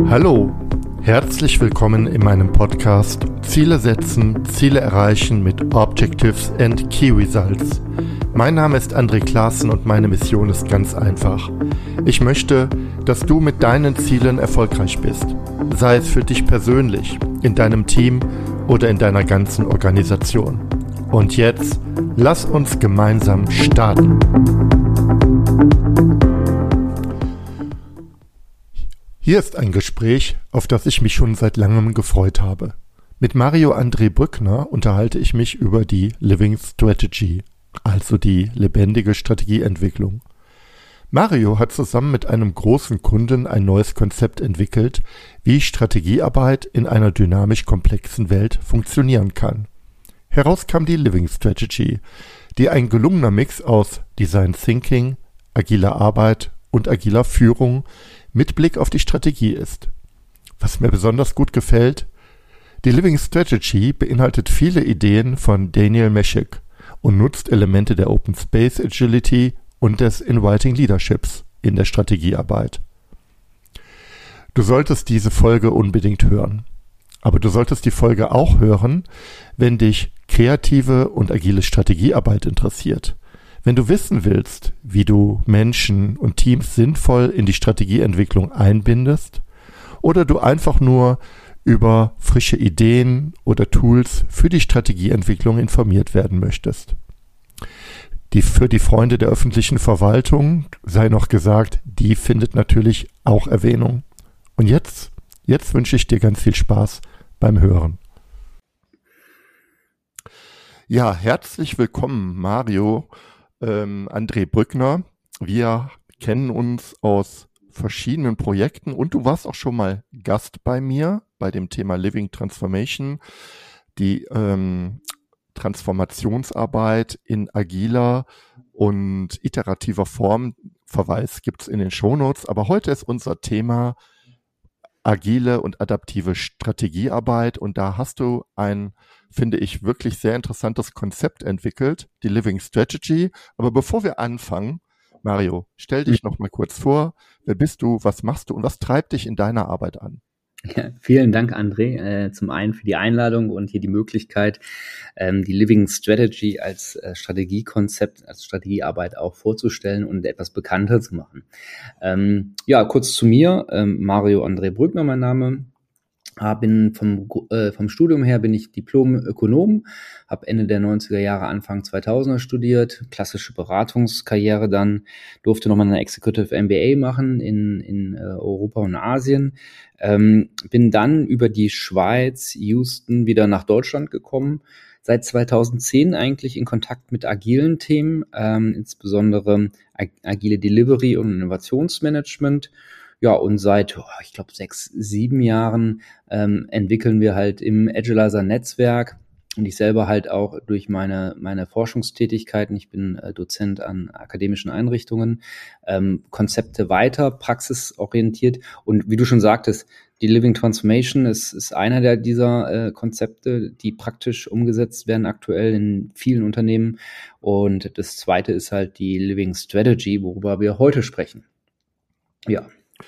Hallo, herzlich willkommen in meinem Podcast Ziele setzen, Ziele erreichen mit Objectives and Key Results. Mein Name ist André Klaassen und meine Mission ist ganz einfach. Ich möchte, dass du mit deinen Zielen erfolgreich bist, sei es für dich persönlich, in deinem Team oder in deiner ganzen Organisation. Und jetzt, lass uns gemeinsam starten. Hier ist ein Gespräch, auf das ich mich schon seit langem gefreut habe. Mit Mario André Brückner unterhalte ich mich über die Living Strategy, also die lebendige Strategieentwicklung. Mario hat zusammen mit einem großen Kunden ein neues Konzept entwickelt, wie Strategiearbeit in einer dynamisch komplexen Welt funktionieren kann. Heraus kam die Living Strategy, die ein gelungener Mix aus Design Thinking, agiler Arbeit und agiler Führung mit Blick auf die Strategie ist. Was mir besonders gut gefällt, die Living Strategy beinhaltet viele Ideen von Daniel Meschik und nutzt Elemente der Open Space Agility und des Inviting Leaderships in der Strategiearbeit. Du solltest diese Folge unbedingt hören. Aber du solltest die Folge auch hören, wenn dich kreative und agile Strategiearbeit interessiert. Wenn du wissen willst, wie du Menschen und Teams sinnvoll in die Strategieentwicklung einbindest oder du einfach nur über frische Ideen oder Tools für die Strategieentwicklung informiert werden möchtest. Für die Freunde der öffentlichen Verwaltung sei noch gesagt, die findet natürlich auch Erwähnung. Und jetzt wünsche ich dir ganz viel Spaß beim Hören. Ja, herzlich willkommen, Mario André Brückner. Wir kennen uns aus verschiedenen Projekten und du warst auch schon mal Gast bei mir bei dem Thema Living Transformation, die Transformationsarbeit in agiler und iterativer Form. Verweis gibt's in den Shownotes, aber heute ist unser Thema agile und adaptive Strategiearbeit und da hast du ein, finde ich, wirklich sehr interessantes Konzept entwickelt, die Living Strategy. Aber bevor wir anfangen, Mario, stell dich noch mal kurz vor. Wer bist du, was machst du und was treibt dich in deiner Arbeit an? Ja, vielen Dank, André, zum einen für die Einladung und hier die Möglichkeit, die Living Strategy als Strategiekonzept, als Strategiearbeit auch vorzustellen und etwas bekannter zu machen. Ja, kurz zu mir, Mario André Brückner, mein Name. Bin vom Studium her bin ich Diplom-Ökonom, habe Ende der 90er Jahre, Anfang 2000er studiert, klassische Beratungskarriere dann, durfte nochmal eine Executive MBA machen in Europa und Asien, bin dann über die Schweiz, Houston wieder nach Deutschland gekommen, seit 2010 eigentlich in Kontakt mit agilen Themen, insbesondere agile Delivery und Innovationsmanagement. Ja, und seit, ich glaube, 6, 7 Jahren entwickeln wir halt im Agilizer-Netzwerk und ich selber halt auch durch meine Forschungstätigkeiten, ich bin Dozent an akademischen Einrichtungen, Konzepte weiter, praxisorientiert und wie du schon sagtest, die Living Transformation ist einer dieser Konzepte, die praktisch umgesetzt werden aktuell in vielen Unternehmen und das zweite ist halt die Living Strategy, worüber wir heute sprechen. Ja.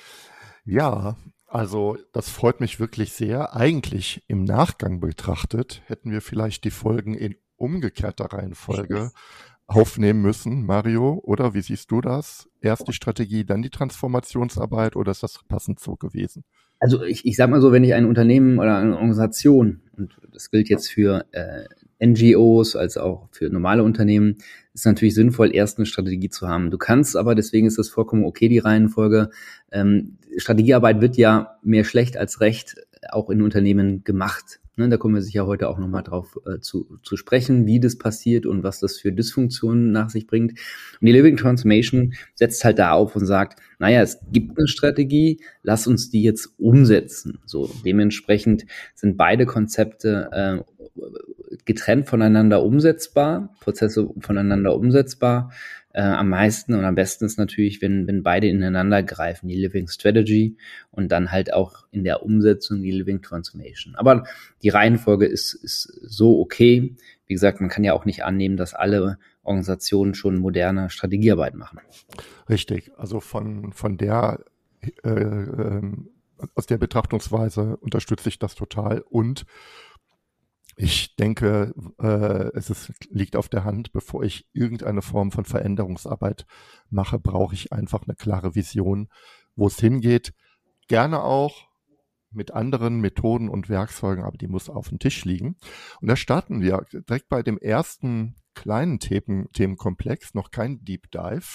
Ja, also das freut mich wirklich sehr. Eigentlich im Nachgang betrachtet hätten wir vielleicht die Folgen in umgekehrter Reihenfolge aufnehmen müssen, Mario, oder wie siehst du das? Erst die Strategie, dann die Transformationsarbeit oder ist das passend so gewesen? Also ich sag mal so, wenn ich ein Unternehmen oder eine Organisation, und das gilt jetzt für NGOs als auch für normale Unternehmen, ist natürlich sinnvoll, erst eine Strategie zu haben. Du kannst aber, deswegen ist das vollkommen okay, die Reihenfolge, Strategiearbeit wird ja mehr schlecht als recht auch in Unternehmen gemacht. Ne, da kommen wir sicher heute auch nochmal drauf zu sprechen, wie das passiert und was das für Dysfunktionen nach sich bringt. Und die Living Transformation setzt halt da auf und sagt, naja, es gibt eine Strategie, lass uns die jetzt umsetzen. So, dementsprechend sind beide Konzepte getrennt voneinander umsetzbar, Prozesse voneinander umsetzbar. Am meisten und am besten ist natürlich, wenn beide ineinander greifen, die Living Strategy und dann halt auch in der Umsetzung die Living Transformation. Aber die Reihenfolge ist so okay. Wie gesagt, man kann ja auch nicht annehmen, dass alle Organisationen schon moderne Strategiearbeit machen. Richtig, also von der aus der Betrachtungsweise unterstütze ich das total. Und ich denke, liegt auf der Hand, bevor ich irgendeine Form von Veränderungsarbeit mache, brauche ich einfach eine klare Vision, wo es hingeht. Gerne auch mit anderen Methoden und Werkzeugen, aber die muss auf dem Tisch liegen. Und da starten wir direkt bei dem ersten kleinen Themenkomplex, noch kein Deep Dive.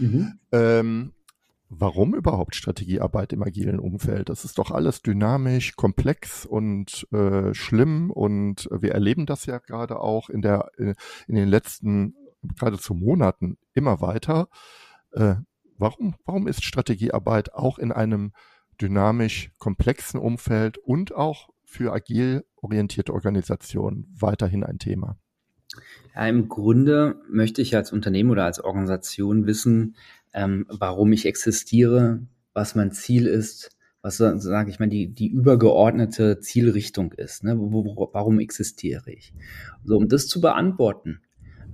Warum überhaupt Strategiearbeit im agilen Umfeld? Das ist doch alles dynamisch, komplex und schlimm, und wir erleben das ja gerade auch in den letzten geradezu Monaten immer weiter. Warum ist Strategiearbeit auch in einem dynamisch komplexen Umfeld und auch für agil orientierte Organisationen weiterhin ein Thema? Ja, im Grunde möchte ich als Unternehmen oder als Organisation wissen, warum ich existiere, was mein Ziel ist, was, sage ich mal, die übergeordnete Zielrichtung ist. Ne? Warum existiere ich? So, um das zu beantworten,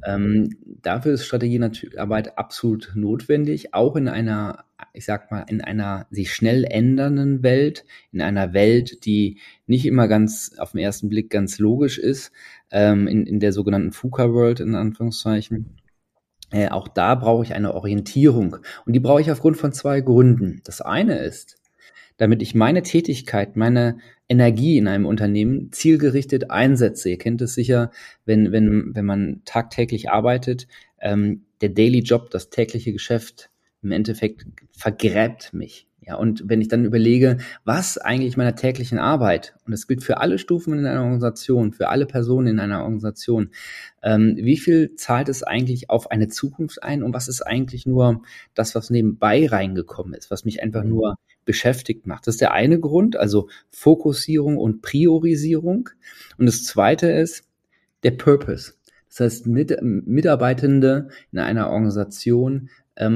dafür ist Strategiearbeit absolut notwendig, auch in einer, ich sag mal, in einer sich schnell ändernden Welt, in einer Welt, die nicht immer ganz auf den ersten Blick ganz logisch ist, in der sogenannten VUCA-World in Anführungszeichen. Auch da brauche ich eine Orientierung, und die brauche ich aufgrund von 2 Gründen. Das eine ist, damit ich meine Tätigkeit, meine Energie in einem Unternehmen zielgerichtet einsetze. Ihr kennt es sicher, wenn man tagtäglich arbeitet, der Daily Job, das tägliche Geschäft im Endeffekt vergräbt mich. Ja, und wenn ich dann überlege, was eigentlich meiner täglichen Arbeit, und das gilt für alle Stufen in einer Organisation, für alle Personen in einer Organisation, wie viel zahlt es eigentlich auf eine Zukunft ein, und was ist eigentlich nur das, was nebenbei reingekommen ist, was mich einfach nur beschäftigt macht. Das ist der eine Grund, also Fokussierung und Priorisierung. Und das zweite ist der Purpose. Das heißt, Mitarbeitende in einer Organisation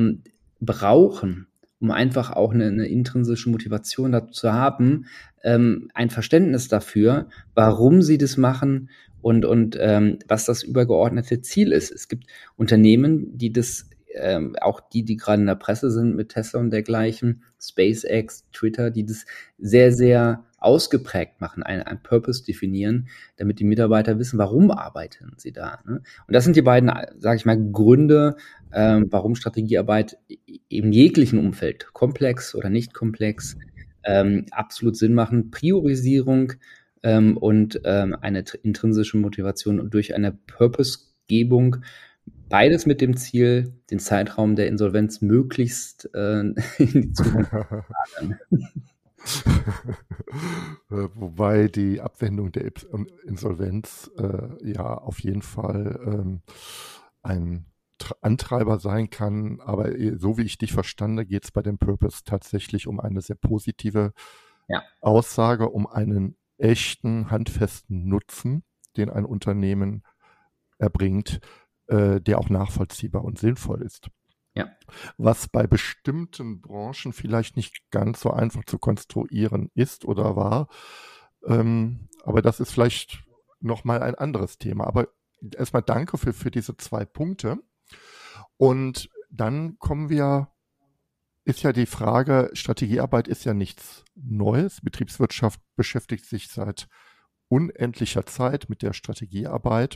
brauchen, um einfach auch eine intrinsische Motivation dazu zu haben, ein Verständnis dafür, warum sie das machen und was das übergeordnete Ziel ist. Es gibt Unternehmen, die das, auch die gerade in der Presse sind mit Tesla und dergleichen, SpaceX, Twitter, die das sehr, sehr ausgeprägt machen, ein Purpose definieren, damit die Mitarbeiter wissen, warum arbeiten sie da. Ne? Und das sind die beiden, sage ich mal, Gründe, warum Strategiearbeit im jeglichen Umfeld, komplex oder nicht komplex, absolut Sinn machen. Priorisierung und eine intrinsische Motivation und durch eine Purpose-Gebung, beides mit dem Ziel, den Zeitraum der Insolvenz möglichst in die Zukunft zu fahren. Wobei die Abwendung der Insolvenz ja auf jeden Fall ein Antreiber sein kann, aber so wie ich dich verstande, geht es bei dem Purpose tatsächlich um eine sehr positive Aussage, um einen echten, handfesten Nutzen, den ein Unternehmen erbringt, der auch nachvollziehbar und sinnvoll ist. Ja. Was bei bestimmten Branchen vielleicht nicht ganz so einfach zu konstruieren ist oder war, aber das ist vielleicht nochmal ein anderes Thema. Aber erstmal danke für diese 2 Punkte. Und dann ist ja die Frage, Strategiearbeit ist ja nichts Neues. Betriebswirtschaft beschäftigt sich seit unendlicher Zeit mit der Strategiearbeit.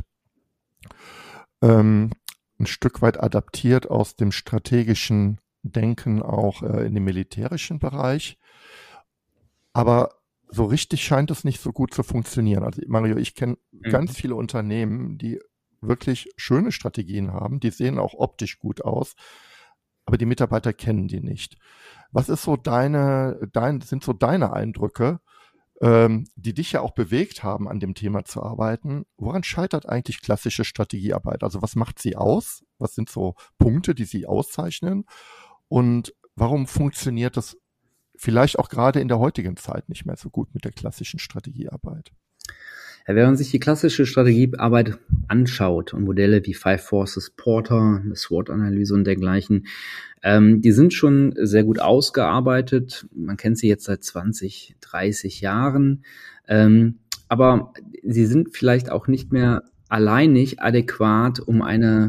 Ein Stück weit adaptiert aus dem strategischen Denken auch in dem militärischen Bereich. Aber so richtig scheint es nicht so gut zu funktionieren. Also Mario, ich kenne ganz viele Unternehmen, die wirklich schöne Strategien haben, die sehen auch optisch gut aus, aber die Mitarbeiter kennen die nicht. Was ist so sind so deine Eindrücke, die dich ja auch bewegt haben, an dem Thema zu arbeiten? Woran scheitert eigentlich klassische Strategiearbeit? Also was macht sie aus? Was sind so Punkte, die sie auszeichnen? Und warum funktioniert das vielleicht auch gerade in der heutigen Zeit nicht mehr so gut mit der klassischen Strategiearbeit? Ja, wenn man sich die klassische Strategiearbeit anschaut und Modelle wie Five Forces Porter, eine SWOT-Analyse und dergleichen, die sind schon sehr gut ausgearbeitet. Man kennt sie jetzt seit 20, 30 Jahren. Aber sie sind vielleicht auch nicht mehr alleinig adäquat, um eine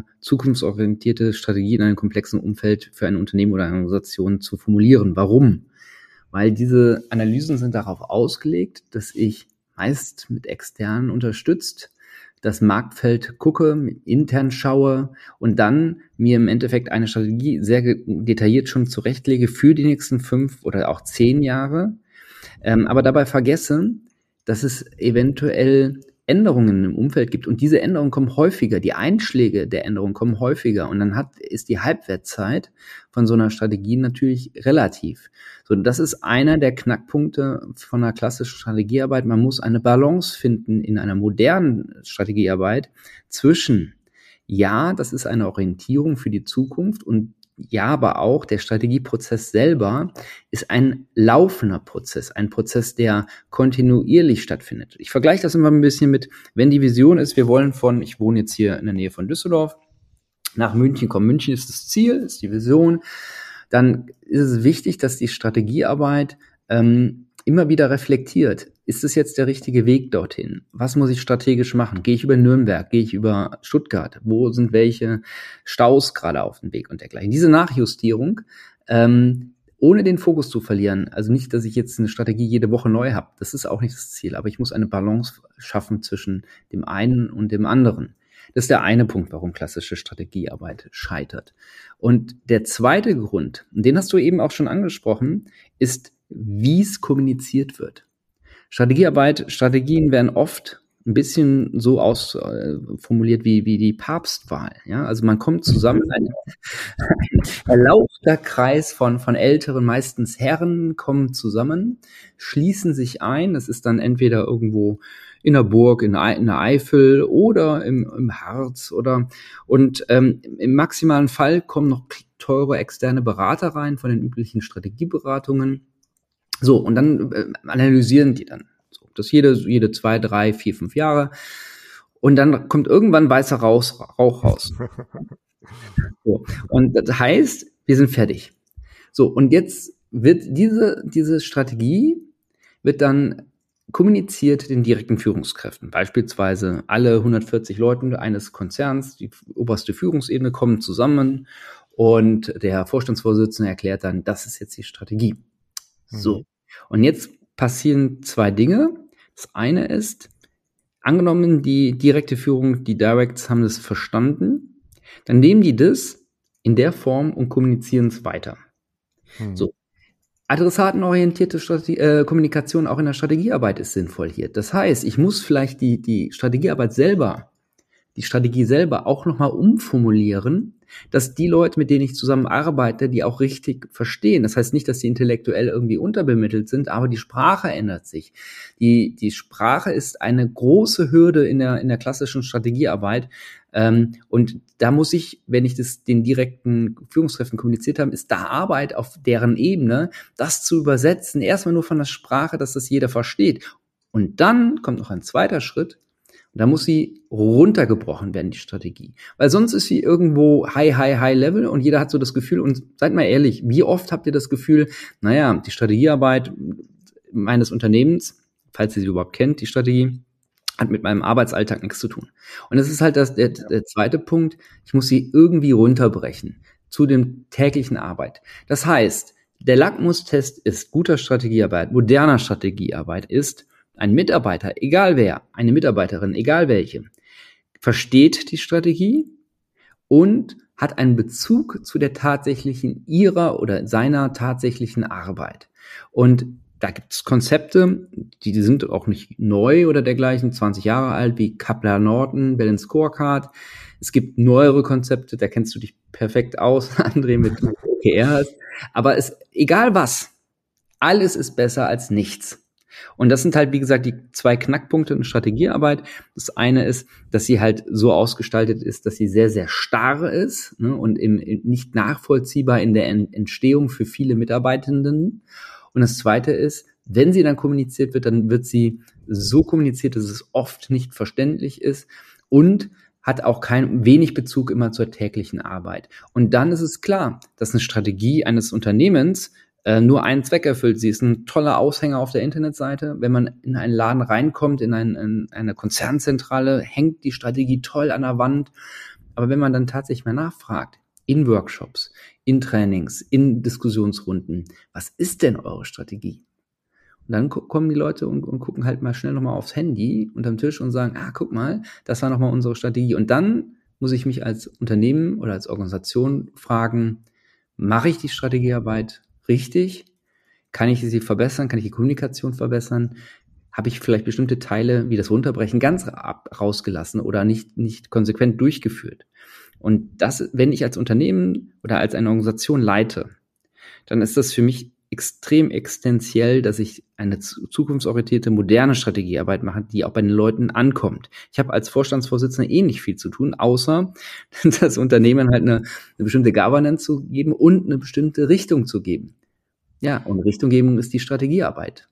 zukunftsorientierte Strategie in einem komplexen Umfeld für ein Unternehmen oder eine Organisation zu formulieren. Warum? weil diese Analysen sind darauf ausgelegt, dass ich meist mit externen unterstützt das Marktfeld gucke, intern schaue und dann mir im Endeffekt eine Strategie sehr detailliert schon zurechtlege für die nächsten 5 oder auch 10 Jahre, aber dabei vergesse, dass es eventuell Änderungen im Umfeld gibt und diese Änderungen kommen häufiger, die Einschläge der Änderungen kommen häufiger und dann ist die Halbwertszeit von so einer Strategie natürlich relativ. So, das ist einer der Knackpunkte von einer klassischen Strategiearbeit. Man muss eine Balance finden in einer modernen Strategiearbeit zwischen, ja, das ist eine Orientierung für die Zukunft und ja, aber auch der Strategieprozess selber ist ein laufender Prozess, ein Prozess, der kontinuierlich stattfindet. Ich vergleiche das immer ein bisschen mit, wenn die Vision ist, wir wollen ich wohne jetzt hier in der Nähe von Düsseldorf, nach München kommen. München ist das Ziel, ist die Vision. Dann ist es wichtig, dass die Strategiearbeit immer wieder reflektiert. Ist es jetzt der richtige Weg dorthin? Was muss ich strategisch machen? Gehe ich über Nürnberg? Gehe ich über Stuttgart? Wo sind welche Staus gerade auf dem Weg und dergleichen? Diese Nachjustierung, ohne den Fokus zu verlieren, also nicht, dass ich jetzt eine Strategie jede Woche neu habe, das ist auch nicht das Ziel, aber ich muss eine Balance schaffen zwischen dem einen und dem anderen. Das ist der eine Punkt, warum klassische Strategiearbeit scheitert. Und der zweite Grund, und den hast du eben auch schon angesprochen, ist, wie es kommuniziert wird. Strategien werden oft ein bisschen so formuliert wie die Papstwahl. Ja? Also man kommt zusammen, ein erlauchter Kreis von älteren, meistens Herren, kommen zusammen, schließen sich ein. Das ist dann entweder irgendwo in der Burg, in der Eifel oder im Harz und im maximalen Fall kommen noch teure externe Berater rein von den üblichen Strategieberatungen. So, und dann analysieren die dann. So, das jede 2, 3, 4, 5 Jahre. Und dann kommt irgendwann weißer Rauch raus. So, und das heißt, wir sind fertig. So, und jetzt wird diese Strategie wird dann kommuniziert den direkten Führungskräften. Beispielsweise alle 140 Leute eines Konzerns, die oberste Führungsebene kommen zusammen und der Vorstandsvorsitzende erklärt dann, das ist jetzt die Strategie. So, und jetzt passieren 2 Dinge. Das eine ist, angenommen, die direkte Führung, die Directs haben das verstanden, dann nehmen die das in der Form und kommunizieren es weiter. So, adressatenorientierte Kommunikation auch in der Strategiearbeit ist sinnvoll hier. Das heißt, ich muss vielleicht die Strategiearbeit selber, die Strategie selber auch nochmal umformulieren, dass die Leute, mit denen ich zusammen arbeite, die auch richtig verstehen. Das heißt nicht, dass sie intellektuell irgendwie unterbemittelt sind, aber die Sprache ändert sich. Die Sprache ist eine große Hürde in der klassischen Strategiearbeit. Und da muss ich, wenn ich das den direkten Führungskräften kommuniziert habe, ist da Arbeit auf deren Ebene, das zu übersetzen. Erstmal nur von der Sprache, dass das jeder versteht. Und dann kommt noch ein zweiter Schritt. Da muss sie runtergebrochen werden, die Strategie. Weil sonst ist sie irgendwo high level und jeder hat so das Gefühl, und seid mal ehrlich, wie oft habt ihr das Gefühl, naja, die Strategiearbeit meines Unternehmens, falls ihr sie überhaupt kennt, die Strategie, hat mit meinem Arbeitsalltag nichts zu tun. Und das ist halt der zweite Punkt, ich muss sie irgendwie runterbrechen zu dem täglichen Arbeit. Das heißt, der Lackmustest ist guter Strategiearbeit, moderner Strategiearbeit ist, ein Mitarbeiter, egal wer, eine Mitarbeiterin, egal welche, versteht die Strategie und hat einen Bezug zu der ihrer oder seiner tatsächlichen Arbeit. Und da gibt es Konzepte, die sind auch nicht neu oder dergleichen, 20 Jahre alt, wie Kaplan-Norton, Balanced Scorecard. Es gibt neuere Konzepte, da kennst du dich perfekt aus, André, mit OKRs. Aber egal was, alles ist besser als nichts. Und das sind halt, wie gesagt, die 2 Knackpunkte in Strategiearbeit. Das eine ist, dass sie halt so ausgestaltet ist, dass sie sehr, sehr starr ist, ne, und nicht nachvollziehbar in der Entstehung für viele Mitarbeitenden. Und das zweite ist, wenn sie dann kommuniziert wird, dann wird sie so kommuniziert, dass es oft nicht verständlich ist und hat auch wenig Bezug immer zur täglichen Arbeit. Und dann ist es klar, dass eine Strategie eines Unternehmens nur einen Zweck erfüllt. Sie ist ein toller Aushänger auf der Internetseite. Wenn man in einen Laden reinkommt, in eine Konzernzentrale, hängt die Strategie toll an der Wand. Aber wenn man dann tatsächlich mal nachfragt, in Workshops, in Trainings, in Diskussionsrunden, was ist denn eure Strategie? Und dann kommen die Leute und gucken halt mal schnell nochmal aufs Handy unterm Tisch und sagen, guck mal, das war nochmal unsere Strategie. Und dann muss ich mich als Unternehmen oder als Organisation fragen, mache ich die Strategiearbeit richtig? Kann ich sie verbessern? Kann ich die Kommunikation verbessern? Habe ich vielleicht bestimmte Teile, wie das Runterbrechen, ganz rausgelassen oder nicht konsequent durchgeführt? Und das, wenn ich als Unternehmen oder als eine Organisation leite, dann ist das für mich extrem existenziell, dass ich eine zukunftsorientierte, moderne Strategiearbeit mache, die auch bei den Leuten ankommt. Ich habe als Vorstandsvorsitzender nicht viel zu tun, außer das Unternehmen halt eine bestimmte Governance zu geben und eine bestimmte Richtung zu geben. Ja, und Richtung geben ist die Strategiearbeit.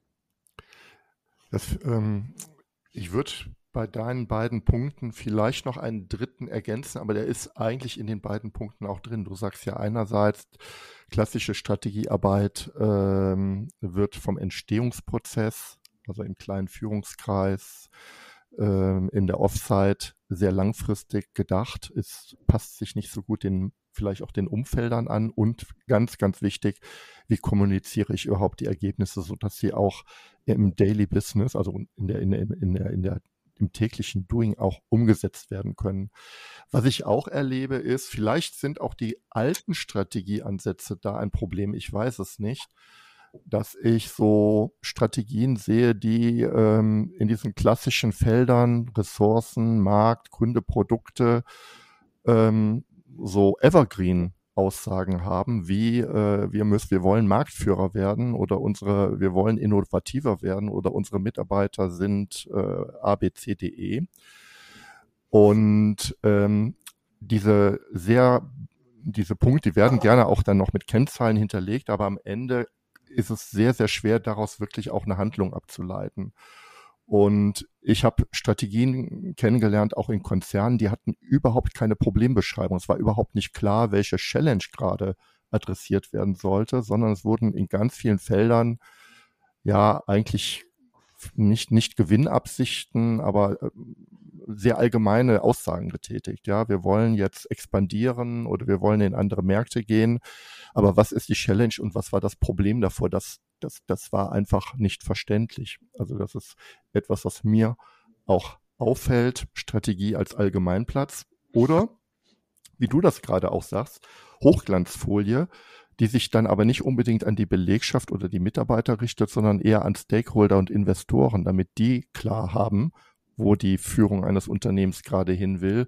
Ich würde bei deinen beiden Punkten vielleicht noch einen dritten ergänzen, aber der ist eigentlich in den beiden Punkten auch drin. Du sagst ja einerseits, klassische Strategiearbeit wird vom Entstehungsprozess, also im kleinen Führungskreis, in der Offsite sehr langfristig gedacht. Es passt sich nicht so gut vielleicht auch den Umfeldern an und ganz, ganz wichtig, wie kommuniziere ich überhaupt die Ergebnisse, sodass sie auch im Daily Business, also im täglichen Doing auch umgesetzt werden können. Was ich auch erlebe ist, vielleicht sind auch die alten Strategieansätze da ein Problem, ich weiß es nicht, dass ich so Strategien sehe, die in diesen klassischen Feldern, Ressourcen, Markt, Kunde, Produkte, so Evergreen-Aussagen haben, wie wir wollen Marktführer werden oder wir wollen innovativer werden oder unsere Mitarbeiter sind A, B, C, D, E. Und diese Punkte, die werden gerne auch dann noch mit Kennzahlen hinterlegt, aber am Ende ist es sehr, sehr schwer, daraus wirklich auch eine Handlung abzuleiten. Und ich habe Strategien kennengelernt, auch in Konzernen, die hatten überhaupt keine Problembeschreibung. Es war überhaupt nicht klar, welche Challenge gerade adressiert werden sollte, sondern es wurden in ganz vielen Feldern ja eigentlich nicht Gewinnabsichten, aber sehr allgemeine Aussagen getätigt. Ja, wir wollen jetzt expandieren oder wir wollen in andere Märkte gehen. Aber was ist die Challenge und was war das Problem davor? Das war einfach nicht verständlich. Also das ist etwas, was mir auch auffällt, Strategie als Allgemeinplatz oder, wie du das gerade auch sagst, Hochglanzfolie, die sich dann aber nicht unbedingt an die Belegschaft oder die Mitarbeiter richtet, sondern eher an Stakeholder und Investoren, damit die klar haben, wo die Führung eines Unternehmens gerade hin will.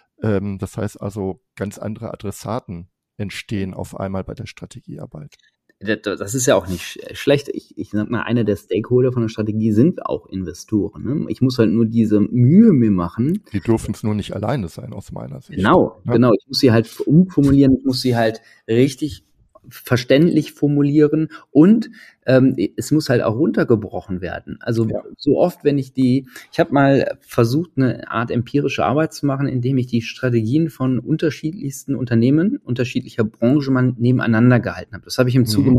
Das heißt also, ganz andere Adressaten entstehen auf einmal bei der Strategiearbeit. Das ist ja auch nicht schlecht. Ich sag mal, einer der Stakeholder von der Strategie sind auch Investoren. Ne? Ich muss halt nur diese Mühe mir machen. Die dürfen es nur nicht alleine sein, aus meiner Sicht. Genau. Ich muss sie halt umformulieren, ich muss sie halt richtig verständlich formulieren und es muss halt auch runtergebrochen werden. Also so oft, wenn ich habe mal versucht, eine Art empirische Arbeit zu machen, indem ich die Strategien von unterschiedlichsten Unternehmen, unterschiedlicher Branchen mal nebeneinander gehalten habe. Das habe ich im Zuge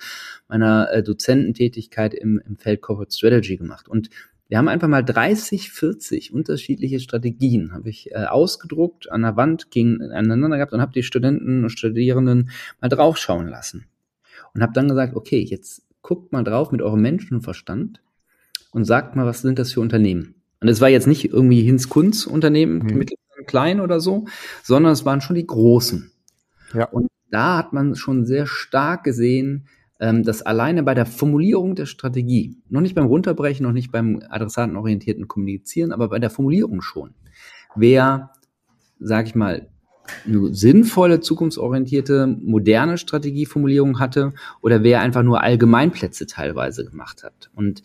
meiner Dozententätigkeit im Feld Corporate Strategy gemacht. Und wir haben einfach mal 30, 40 unterschiedliche Strategien, habe ich ausgedruckt, an der Wand gegeneinander gehabt und habe die Studenten und Studierenden mal draufschauen lassen. Und habe dann gesagt, okay, jetzt guckt mal drauf mit eurem Menschenverstand und sagt mal, was sind das für Unternehmen? Und es war jetzt nicht irgendwie Hinz-Kunz-Unternehmen, mittel und klein oder so, sondern es waren schon die großen. Ja. Und da hat man schon sehr stark gesehen, dass alleine bei der Formulierung der Strategie, noch nicht beim Runterbrechen, noch nicht beim adressatenorientierten Kommunizieren, aber bei der Formulierung schon, wer, sag ich mal, eine sinnvolle, zukunftsorientierte, moderne Strategieformulierung hatte oder wer einfach nur Allgemeinplätze teilweise gemacht hat. Und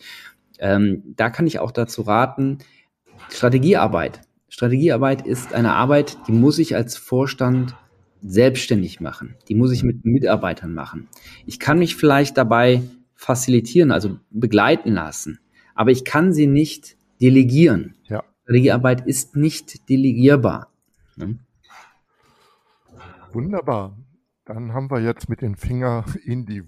da kann ich auch dazu raten, Strategiearbeit ist eine Arbeit, die muss ich als Vorstand selbstständig machen. Die muss ich mit Mitarbeitern machen. Ich kann mich vielleicht dabei facilitieren, also begleiten lassen, aber ich kann sie nicht delegieren. Ja. Strategiearbeit ist nicht delegierbar. Ne? Wunderbar. Dann haben wir jetzt mit den Finger in die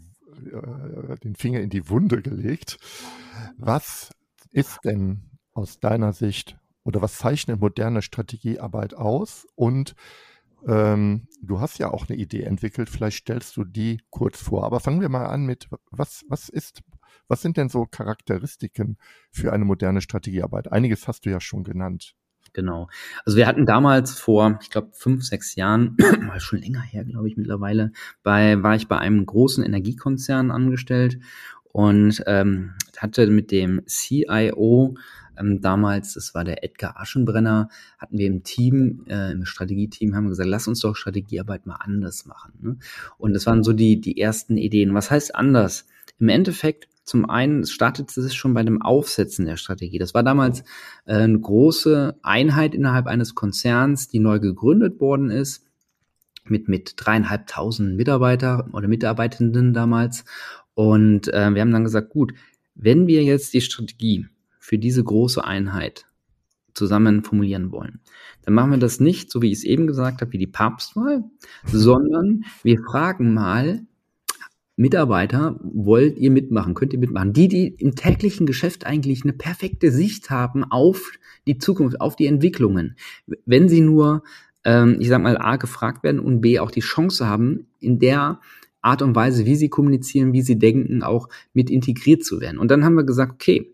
Wunde gelegt. Was ist denn aus deiner Sicht oder was zeichnet moderne Strategiearbeit aus und Du hast ja auch eine Idee entwickelt, vielleicht stellst du die kurz vor. Aber fangen wir mal an mit, was sind denn so Charakteristiken für eine moderne Strategiearbeit? Einiges hast du ja schon genannt. Genau. Also wir hatten damals vor, ich glaube, 5, 6 Jahren, war schon länger her, glaube ich, mittlerweile, war ich bei einem großen Energiekonzern angestellt und hatte mit dem CIO damals, das war der Edgar Aschenbrenner, hatten wir im Team, im Strategieteam, haben wir gesagt, lass uns doch Strategiearbeit mal anders machen. Ne? Und das waren so die ersten Ideen. Was heißt anders? Im Endeffekt, zum einen startete es schon bei dem Aufsetzen der Strategie. Das war damals eine große Einheit innerhalb eines Konzerns, die neu gegründet worden ist, mit 3.500 Mitarbeiter oder Mitarbeitenden damals. Und wir haben dann gesagt, gut, wenn wir jetzt die Strategie für diese große Einheit zusammen formulieren wollen, dann machen wir das nicht, so wie ich es eben gesagt habe, wie die Papstwahl, sondern wir fragen mal Mitarbeiter, wollt ihr mitmachen, könnt ihr mitmachen? Die im täglichen Geschäft eigentlich eine perfekte Sicht haben auf die Zukunft, auf die Entwicklungen. Wenn sie nur, ich sag mal, A, gefragt werden und B, auch die Chance haben, in der Art und Weise, wie sie kommunizieren, wie sie denken, auch mit integriert zu werden. Und dann haben wir gesagt, okay,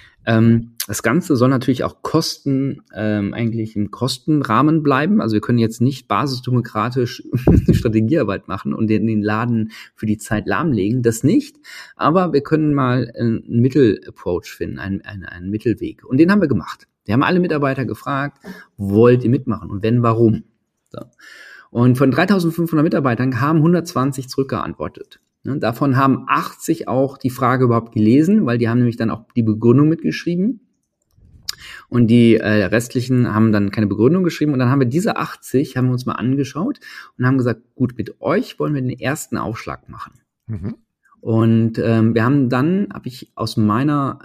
das Ganze soll natürlich auch eigentlich im Kostenrahmen bleiben. Also wir können jetzt nicht basisdemokratisch Strategiearbeit machen und den Laden für die Zeit lahmlegen. Das nicht. Aber wir können mal einen Mittel-Approach finden, einen Mittelweg. Und den haben wir gemacht. Wir haben alle Mitarbeiter gefragt, wollt ihr mitmachen? Und wenn, warum? So. Und von 3.500 Mitarbeitern haben 120 zurückgeantwortet. Davon haben 80 auch die Frage überhaupt gelesen, weil die haben nämlich dann auch die Begründung mitgeschrieben. Und die restlichen haben dann keine Begründung geschrieben. Und dann haben wir diese 80, haben wir uns mal angeschaut und haben gesagt, gut, mit euch wollen wir den ersten Aufschlag machen. Mhm. Und wir haben dann, habe ich aus meiner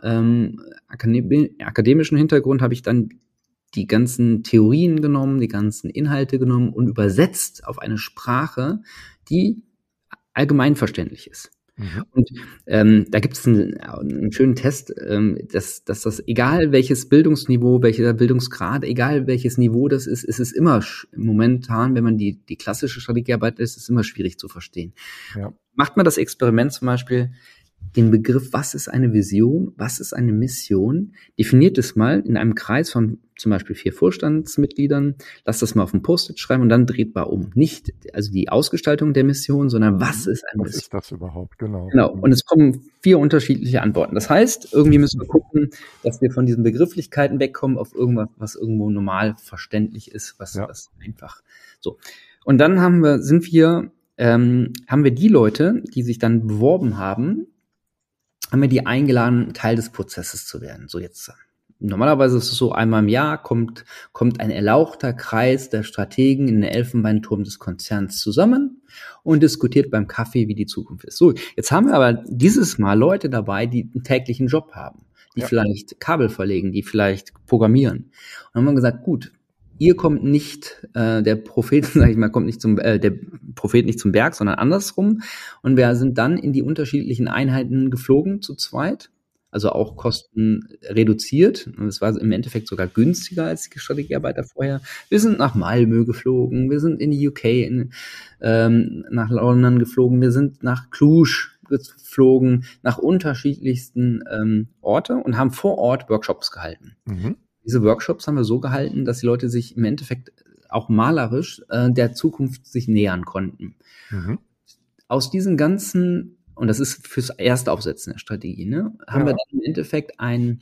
akademischen Hintergrund, habe ich dann die ganzen Theorien genommen, die ganzen Inhalte genommen und übersetzt auf eine Sprache, die allgemeinverständlich ist. Mhm. Und da gibt es einen schönen Test, dass das, egal welches Bildungsniveau, welcher Bildungsgrad, egal welches Niveau das ist es immer momentan, wenn man die klassische Strategiearbeit ist es immer schwierig zu verstehen. Ja. Macht man das Experiment zum Beispiel, den Begriff, was ist eine Vision, was ist eine Mission, definiert es mal in einem Kreis von zum Beispiel 4 Vorstandsmitgliedern, lasst das mal auf ein Post-it schreiben und dann drehtbar um. Nicht also die Ausgestaltung der Mission, sondern was ist eine Mission? Was ist das überhaupt? Genau. Und es kommen 4 unterschiedliche Antworten. Das heißt, irgendwie müssen wir gucken, dass wir von diesen Begrifflichkeiten wegkommen auf irgendwas, was irgendwo normal verständlich ist, was einfach so. Und dann haben wir die Leute, die sich dann beworben haben wir die eingeladen, Teil des Prozesses zu werden. So jetzt. Normalerweise ist es so, einmal im Jahr kommt ein erlauchter Kreis der Strategen in den Elfenbeinturm des Konzerns zusammen und diskutiert beim Kaffee, wie die Zukunft ist. So, jetzt haben wir aber dieses Mal Leute dabei, die einen täglichen Job haben, die vielleicht Kabel verlegen, die vielleicht programmieren. Und dann haben wir gesagt, gut, ihr kommt nicht, der Prophet, sag ich mal, der Prophet nicht zum Berg, sondern andersrum. Und wir sind dann in die unterschiedlichen Einheiten geflogen zu zweit. Also auch Kosten reduziert. Und es war im Endeffekt sogar günstiger als die Strategiearbeiter vorher. Wir sind nach Malmö geflogen. Wir sind in die UK, nach London geflogen. Wir sind nach Cluj geflogen, nach unterschiedlichsten Orte und haben vor Ort Workshops gehalten. Mhm. Diese Workshops haben wir so gehalten, dass die Leute sich im Endeffekt auch malerisch der Zukunft sich nähern konnten. Mhm. Aus diesen ganzen, und das ist fürs erste Aufsetzen der Strategie, haben wir dann im Endeffekt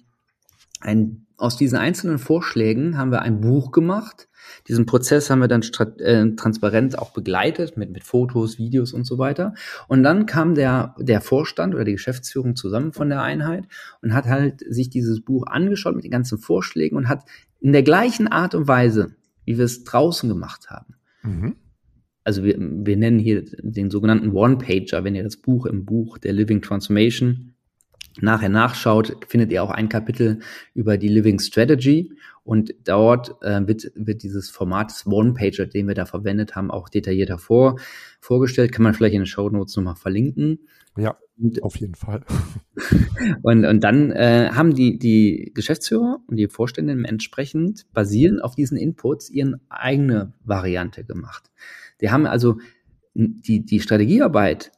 aus diesen einzelnen Vorschlägen haben wir ein Buch gemacht. Diesen Prozess haben wir dann transparent auch begleitet mit Fotos, Videos und so weiter. Und dann kam der Vorstand oder die Geschäftsführung zusammen von der Einheit und hat halt sich dieses Buch angeschaut mit den ganzen Vorschlägen und hat in der gleichen Art und Weise, wie wir es draußen gemacht haben. Mhm. Also wir nennen hier den sogenannten One-Pager, wenn ihr das Buch im Buch der Living Transformation nachher nachschaut, findet ihr auch ein Kapitel über die Living Strategy und dort wird dieses Format des One-Pager, den wir da verwendet haben, auch detaillierter vorgestellt. Kann man vielleicht in den Shownotes nochmal verlinken. Ja. auf jeden Fall. Und dann haben die Geschäftsführer und die Vorstände entsprechend basierend auf diesen Inputs ihren eigene Variante gemacht. Die haben also die Strategiearbeit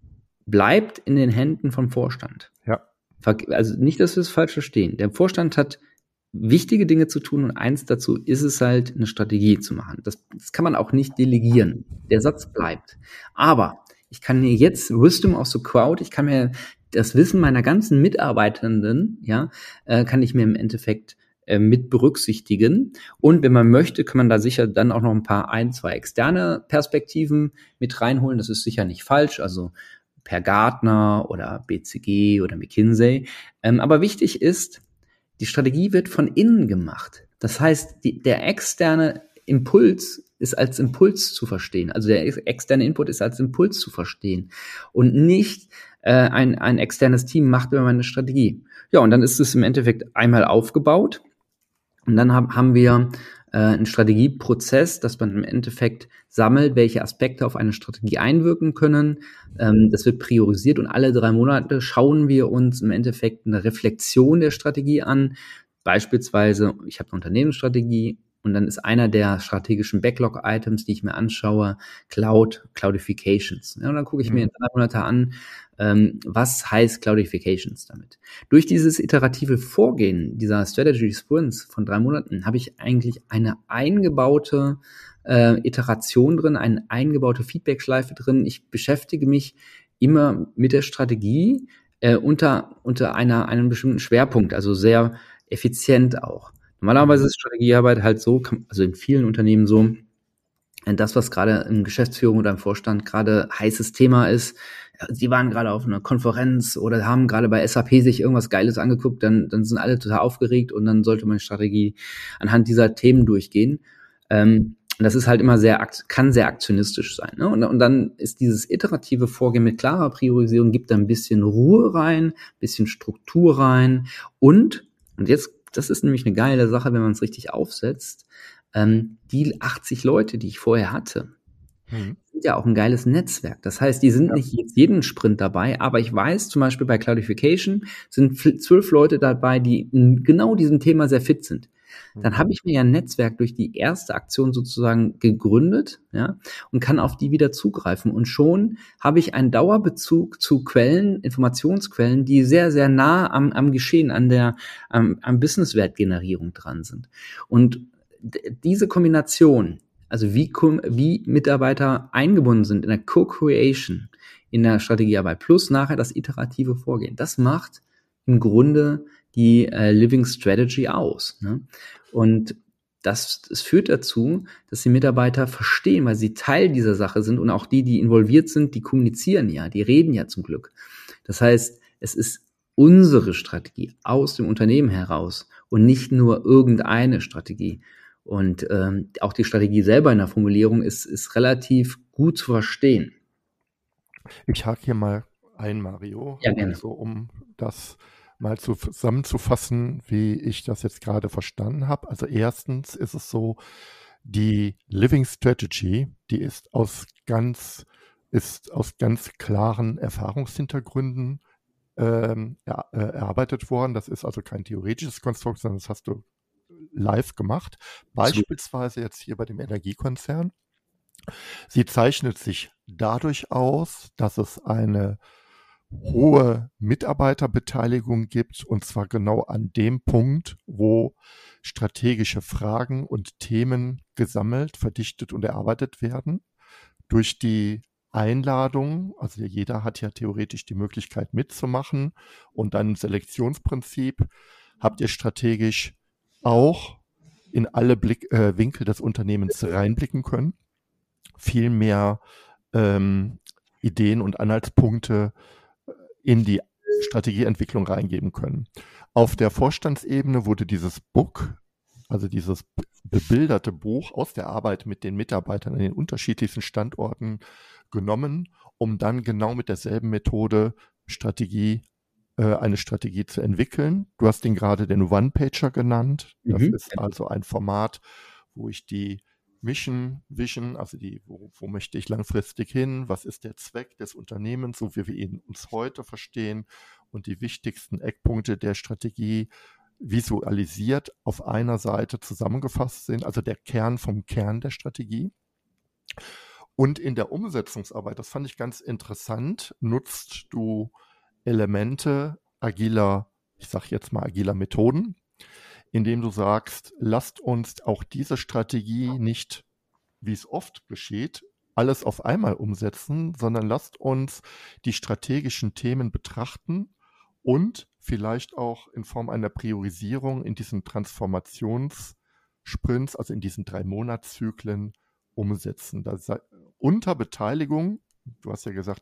bleibt in den Händen vom Vorstand. Ja. Also nicht, dass wir es falsch verstehen. Der Vorstand hat wichtige Dinge zu tun und eins dazu ist es halt, eine Strategie zu machen. Das kann man auch nicht delegieren. Der Satz bleibt. Aber ich kann mir jetzt Wisdom aus the Crowd, ich kann mir das Wissen meiner ganzen Mitarbeitenden, kann ich mir im Endeffekt mit berücksichtigen. Und wenn man möchte, kann man da sicher dann auch noch ein, zwei externe Perspektiven mit reinholen. Das ist sicher nicht falsch. Also per Gartner oder BCG oder McKinsey. Aber wichtig ist, die Strategie wird von innen gemacht. Das heißt, der externe Impuls ist als Impuls zu verstehen. Also der externe Input ist als Impuls zu verstehen. Und nicht ein externes Team macht immer eine Strategie. Ja, und dann ist es im Endeffekt einmal aufgebaut. Und dann haben wir einen Strategieprozess, dass man im Endeffekt sammelt, welche Aspekte auf eine Strategie einwirken können. Das wird priorisiert und alle 3 Monate schauen wir uns im Endeffekt eine Reflexion der Strategie an. Beispielsweise, ich habe eine Unternehmensstrategie und dann ist einer der strategischen Backlog-Items, die ich mir anschaue, Cloudifications. Ja, und dann gucke ich mir in 3 Monate an, was heißt Cloudifications damit. Durch dieses iterative Vorgehen dieser Strategy Sprints von 3 Monaten habe ich eigentlich eine eingebaute Iteration drin, eine eingebaute Feedback-Schleife drin. Ich beschäftige mich immer mit der Strategie unter einem bestimmten Schwerpunkt, also sehr effizient auch. Normalerweise ist Strategiearbeit halt so, also in vielen Unternehmen so, das, was gerade in Geschäftsführung oder im Vorstand gerade heißes Thema ist, sie waren gerade auf einer Konferenz oder haben gerade bei SAP sich irgendwas Geiles angeguckt, dann sind alle total aufgeregt und dann sollte man Strategie anhand dieser Themen durchgehen. Und das ist halt immer kann sehr aktionistisch sein. Ne? Und dann ist dieses iterative Vorgehen mit klarer Priorisierung, gibt da ein bisschen Ruhe rein, ein bisschen Struktur rein und jetzt, das ist nämlich eine geile Sache, wenn man es richtig aufsetzt, die 80 Leute, die ich vorher hatte, sind ja auch ein geiles Netzwerk. Das heißt, die sind nicht jetzt jeden Sprint dabei, aber ich weiß zum Beispiel bei Cloudification sind 12 Leute dabei, die in genau diesem Thema sehr fit sind. Dann habe ich mir ja ein Netzwerk durch die erste Aktion sozusagen gegründet, ja, und kann auf die wieder zugreifen. Und schon habe ich einen Dauerbezug zu Quellen, Informationsquellen, die sehr, sehr nah am Geschehen, am Businesswertgenerierung dran sind. Und diese Kombination, also wie Mitarbeiter eingebunden sind in der Co-Creation, in der Strategiearbeit, plus nachher das iterative Vorgehen, das macht im Grunde die Living Strategy aus. Ne? Und das führt dazu, dass die Mitarbeiter verstehen, weil sie Teil dieser Sache sind und auch die involviert sind, die kommunizieren ja, die reden ja zum Glück. Das heißt, es ist unsere Strategie aus dem Unternehmen heraus und nicht nur irgendeine Strategie. Und auch die Strategie selber in der Formulierung ist relativ gut zu verstehen. Ich hake hier mal ein, Mario, ja, gerne. also um das mal zusammenzufassen, wie ich das jetzt gerade verstanden habe. Also erstens ist es so, die Living Strategy, die ist aus ganz klaren Erfahrungshintergründen erarbeitet worden. Das ist also kein theoretisches Konstrukt, sondern das hast du live gemacht. Beispielsweise jetzt hier bei dem Energiekonzern. Sie zeichnet sich dadurch aus, dass es eine hohe Mitarbeiterbeteiligung gibt, und zwar genau an dem Punkt, wo strategische Fragen und Themen gesammelt, verdichtet und erarbeitet werden. Durch die Einladung, also jeder hat ja theoretisch die Möglichkeit mitzumachen, und dann im Selektionsprinzip habt ihr strategisch auch in alle Winkel des Unternehmens reinblicken können, viel mehr Ideen und Anhaltspunkte in die Strategieentwicklung reingeben können. Auf der Vorstandsebene wurde dieses Book, also dieses bebilderte Buch aus der Arbeit mit den Mitarbeitern an den unterschiedlichsten Standorten genommen, um dann genau mit derselben Methode eine Strategie zu entwickeln. Du hast den gerade den One-Pager genannt. Das ist also ein Format, wo ich die Mission, Vision, also wo möchte ich langfristig hin, was ist der Zweck des Unternehmens, so wie wir ihn uns heute verstehen, und die wichtigsten Eckpunkte der Strategie visualisiert auf einer Seite zusammengefasst sind, also der Kern vom Kern der Strategie. Und in der Umsetzungsarbeit, das fand ich ganz interessant, nutzt du Elemente agiler, ich sage jetzt mal agiler Methoden, indem du sagst, lasst uns auch diese Strategie nicht, wie es oft geschieht, alles auf einmal umsetzen, sondern lasst uns die strategischen Themen betrachten und vielleicht auch in Form einer Priorisierung in diesen Transformationssprints, also in diesen 3-Monatszyklen umsetzen. Unter Beteiligung, du hast ja gesagt,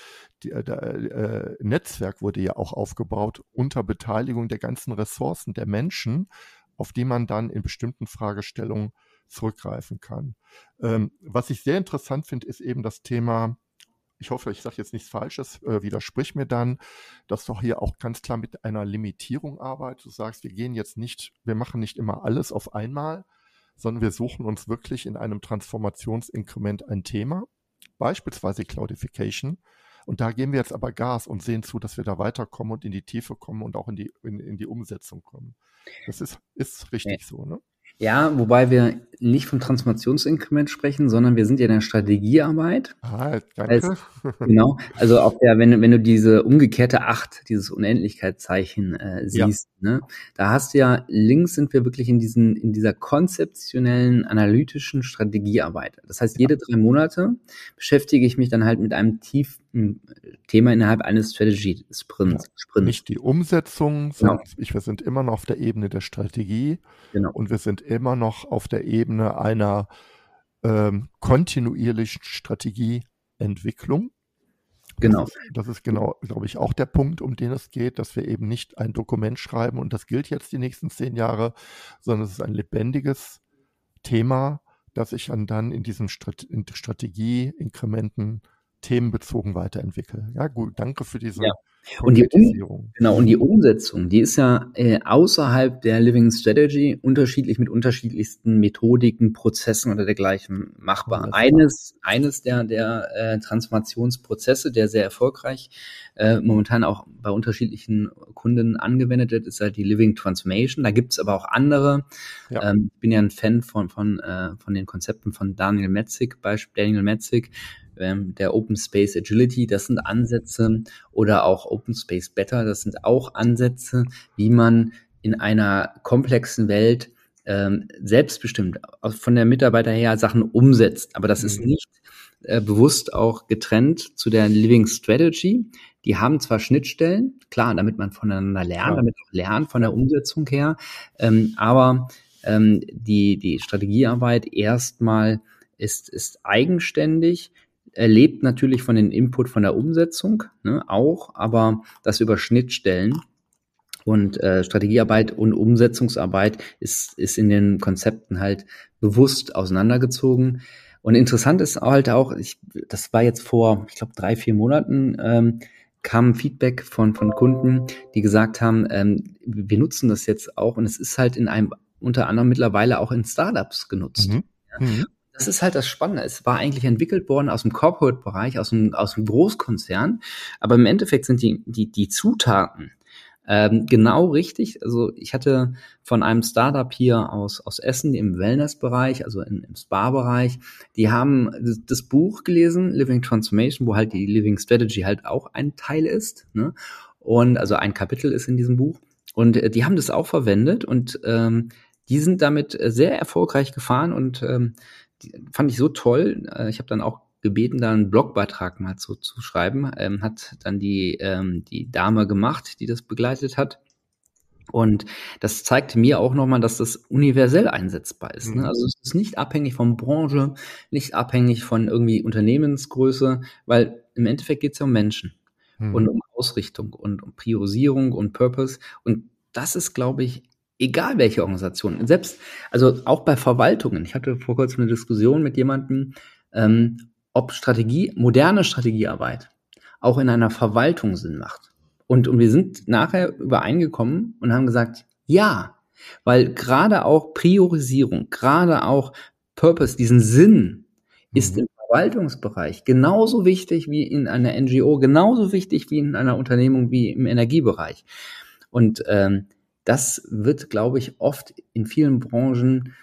Netzwerk wurde ja auch aufgebaut, unter Beteiligung der ganzen Ressourcen der Menschen, auf die man dann in bestimmten Fragestellungen zurückgreifen kann. Was ich sehr interessant finde, ist eben das Thema, ich hoffe, ich sage jetzt nichts Falsches, widersprich mir dann, dass du hier auch ganz klar mit einer Limitierung arbeitest. Du sagst, wir machen nicht immer alles auf einmal, sondern wir suchen uns wirklich in einem Transformationsinkrement ein Thema, beispielsweise Cloudification. Und da geben wir jetzt aber Gas und sehen zu, dass wir da weiterkommen und in die Tiefe kommen und auch in die Umsetzung kommen. Das ist richtig so, ne? Ja, wobei wir nicht vom Transformationsinkrement sprechen, sondern wir sind ja in der Strategiearbeit. Danke. Genau, also wenn du diese umgekehrte 8, dieses Unendlichkeitszeichen siehst, ne, da hast du ja, links sind wir wirklich in dieser konzeptionellen, analytischen Strategiearbeit. Das heißt, jede 3 Monate beschäftige ich mich dann halt mit einem tiefen Thema innerhalb eines Strategy-Sprints. Nicht die Umsetzung, sondern wir sind immer noch auf der Ebene der Strategie, und wir sind immer noch auf der Ebene einer kontinuierlichen Strategieentwicklung. Genau. Das ist genau, glaube ich, auch der Punkt, um den es geht, dass wir eben nicht ein Dokument schreiben und das gilt jetzt die nächsten 10 Jahre, sondern es ist ein lebendiges Thema, das sich dann in diesen Strategie-Inkrementen themenbezogen weiterentwickle. Ja, gut, danke für diese Konkretisierung. Und die Umsetzung, die ist ja außerhalb der Living Strategy unterschiedlich mit unterschiedlichsten Methodiken, Prozessen oder dergleichen machbar. Eines der Transformationsprozesse, der sehr erfolgreich momentan auch bei unterschiedlichen Kunden angewendet wird, ist halt die Living Transformation. Da gibt's aber auch andere. Ja. Ich bin ja ein Fan von den Konzepten von Daniel Metzig, der Open Space Agility, das sind Ansätze, oder auch Open Space Better, das sind auch Ansätze, wie man in einer komplexen Welt selbstbestimmt von der Mitarbeiter her Sachen umsetzt. Aber das ist nicht bewusst auch getrennt zu der Living Strategy. Die haben zwar Schnittstellen, klar, damit man voneinander lernt, damit auch lernt von der Umsetzung her, aber die Strategiearbeit erstmal ist eigenständig, lebt natürlich von den Input von der Umsetzung, ne, auch, aber das über Schnittstellen. Und Strategiearbeit und Umsetzungsarbeit ist in den Konzepten halt bewusst auseinandergezogen. Und interessant ist halt auch, das war jetzt vor, ich glaube, 3-4 Monaten, kam Feedback von Kunden, die gesagt haben, wir nutzen das jetzt auch, und es ist halt unter anderem mittlerweile auch in Startups genutzt. Ja. Das ist halt das Spannende. Es war eigentlich entwickelt worden aus dem Corporate-Bereich, aus dem Großkonzern, aber im Endeffekt sind die Zutaten genau richtig. Also ich hatte von einem Startup hier aus Essen im Wellness-Bereich, also im Spa-Bereich, die haben das Buch gelesen, Living Transformation, wo halt die Living Strategy halt auch ein Teil ist, ne? Und also ein Kapitel ist in diesem Buch. Und die haben das auch verwendet, und die sind damit sehr erfolgreich gefahren, und fand ich so toll. Ich habe dann auch gebeten, da einen Blogbeitrag mal zu schreiben. Hat dann die Dame gemacht, die das begleitet hat. Und das zeigte mir auch nochmal, dass das universell einsetzbar ist. Ne? Also es ist nicht abhängig von Branche, nicht abhängig von irgendwie Unternehmensgröße, weil im Endeffekt geht es ja um Menschen und um Ausrichtung und um Priorisierung und Purpose. Und das ist, glaube ich, egal welche Organisation, selbst, also auch bei Verwaltungen. Ich hatte vor kurzem eine Diskussion mit jemandem, ob moderne Strategiearbeit auch in einer Verwaltung Sinn macht. Und wir sind nachher übereingekommen und haben gesagt, ja, weil gerade auch Priorisierung, gerade auch Purpose, diesen Sinn, ist Mhm. im Verwaltungsbereich genauso wichtig wie in einer NGO, genauso wichtig wie in einer Unternehmung wie im Energiebereich. Und das wird, glaube ich, oft in vielen Branchen,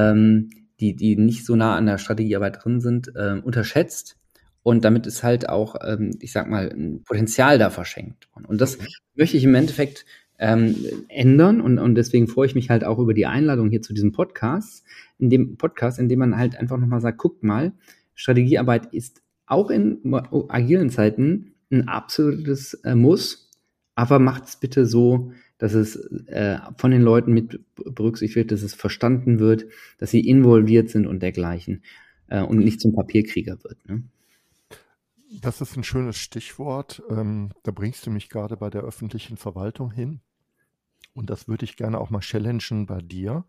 die nicht so nah an der Strategiearbeit drin sind, unterschätzt. Und damit ist halt auch, ich sag mal, ein Potenzial da verschenkt worden. Und das möchte ich im Endeffekt ändern. Und deswegen freue ich mich halt auch über die Einladung hier zu diesem Podcast, in dem man halt einfach nochmal sagt, guckt mal, Strategiearbeit ist auch in agilen Zeiten ein absolutes Muss, aber macht es bitte so, dass es von den Leuten mit berücksichtigt wird, dass es verstanden wird, dass sie involviert sind und dergleichen und nicht zum Papierkrieger wird. Ne? Das ist ein schönes Stichwort. Da bringst du mich gerade bei der öffentlichen Verwaltung hin. Und das würde ich gerne auch mal challengen bei dir.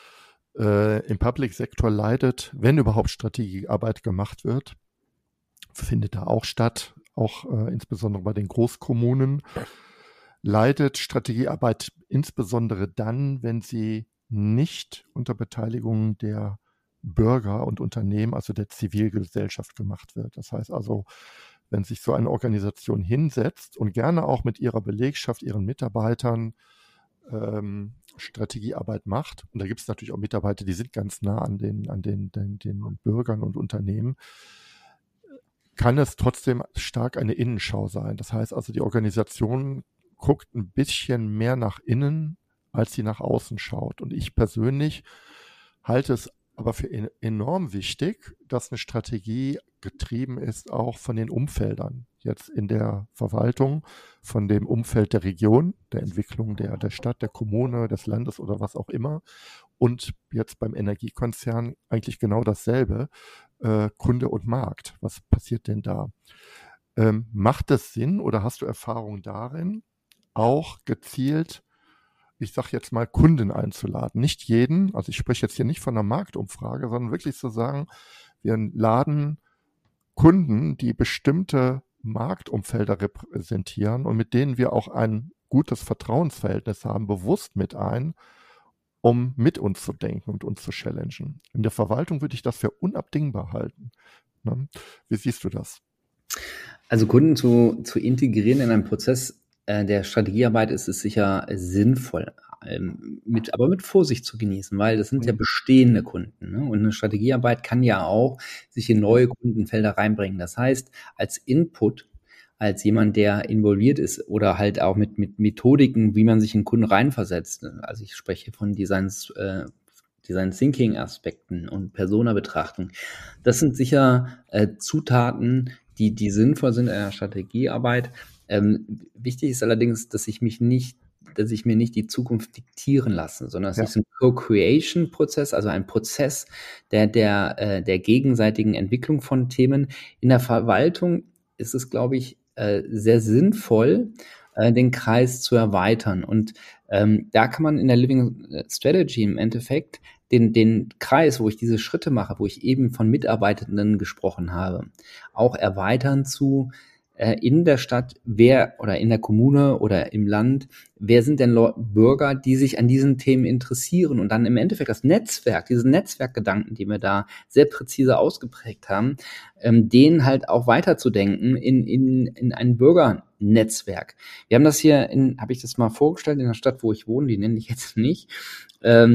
Im Public-Sektor leidet, wenn überhaupt Strategiearbeit gemacht wird, findet da auch statt, auch insbesondere bei den Großkommunen, leidet Strategiearbeit insbesondere dann, wenn sie nicht unter Beteiligung der Bürger und Unternehmen, also der Zivilgesellschaft gemacht wird. Das heißt also, wenn sich so eine Organisation hinsetzt und gerne auch mit ihrer Belegschaft, ihren Mitarbeitern Strategiearbeit macht, und da gibt es natürlich auch Mitarbeiter, die sind ganz nah an den Bürgern und Unternehmen, kann es trotzdem stark eine Innenschau sein. Das heißt also, die Organisation guckt ein bisschen mehr nach innen, als sie nach außen schaut. Und ich persönlich halte es aber für enorm wichtig, dass eine Strategie getrieben ist auch von den Umfeldern. Jetzt in der Verwaltung, von dem Umfeld der Region, der Entwicklung der Stadt, der Kommune, des Landes oder was auch immer. Und jetzt beim Energiekonzern eigentlich genau dasselbe. Kunde und Markt. Was passiert denn da? Macht es Sinn oder hast du Erfahrung darin, auch gezielt, ich sage jetzt mal, Kunden einzuladen? Nicht jeden, also ich spreche jetzt hier nicht von einer Marktumfrage, sondern wirklich zu sagen, wir laden Kunden, die bestimmte Marktumfelder repräsentieren und mit denen wir auch ein gutes Vertrauensverhältnis haben, bewusst mit ein, um mit uns zu denken und uns zu challengen. In der Verwaltung würde ich das für unabdingbar halten. Ne? Wie siehst du das? Also Kunden zu integrieren in einen Prozess der Strategiearbeit ist es sicher sinnvoll, aber mit Vorsicht zu genießen, weil das sind ja bestehende Kunden. Ne? Und eine Strategiearbeit kann ja auch sich in neue Kundenfelder reinbringen. Das heißt, als Input, als jemand, der involviert ist oder halt auch mit Methodiken, wie man sich in Kunden reinversetzt. Also ich spreche von Design Thinking Aspekten und Persona-Betrachtung. Das sind sicher Zutaten, die sinnvoll sind in der Strategiearbeit. Wichtig ist allerdings, dass ich mir nicht die Zukunft diktieren lasse, sondern es ist ein Co-Creation-Prozess, also ein Prozess der gegenseitigen Entwicklung von Themen. In der Verwaltung ist es, glaube ich, sehr sinnvoll, den Kreis zu erweitern. Und da kann man in der Living Strategy im Endeffekt den Kreis, wo ich diese Schritte mache, wo ich eben von Mitarbeitenden gesprochen habe, auch erweitern zu in der Stadt, oder in der Kommune oder im Land, wer sind denn Bürger, die sich an diesen Themen interessieren und dann im Endeffekt das Netzwerk, diesen Netzwerkgedanken, die wir da sehr präzise ausgeprägt haben, den halt auch weiterzudenken in ein Bürgernetzwerk. Wir haben das hier habe ich das mal vorgestellt, in der Stadt, wo ich wohne, die nenne ich jetzt nicht. Da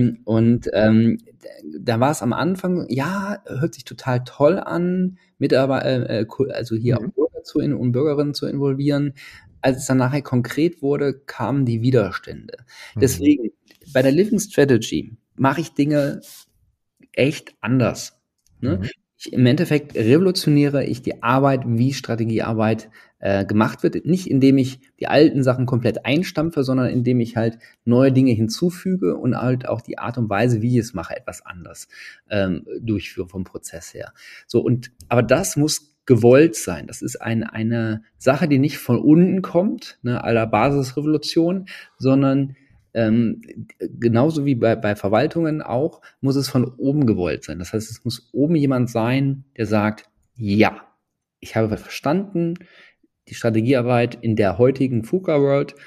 war es am Anfang, ja, hört sich total toll an, also hier auch Bürger und Bürgerinnen zu involvieren. Als es dann nachher konkret wurde, kamen die Widerstände. Deswegen, bei der Living Strategy mache ich Dinge echt anders. Ne? Im Endeffekt revolutioniere ich die Arbeit, wie Strategiearbeit gemacht wird. Nicht indem ich die alten Sachen komplett einstampfe, sondern indem ich halt neue Dinge hinzufüge und halt auch die Art und Weise, wie ich es mache, etwas anders durchführe vom Prozess her. So, aber das muss gewollt sein. Das ist eine Sache, die nicht von unten kommt, ne, à la Basisrevolution, sondern genauso wie bei Verwaltungen auch, muss es von oben gewollt sein. Das heißt, es muss oben jemand sein, der sagt, ja, ich habe verstanden, die Strategiearbeit in der heutigen FUKA-World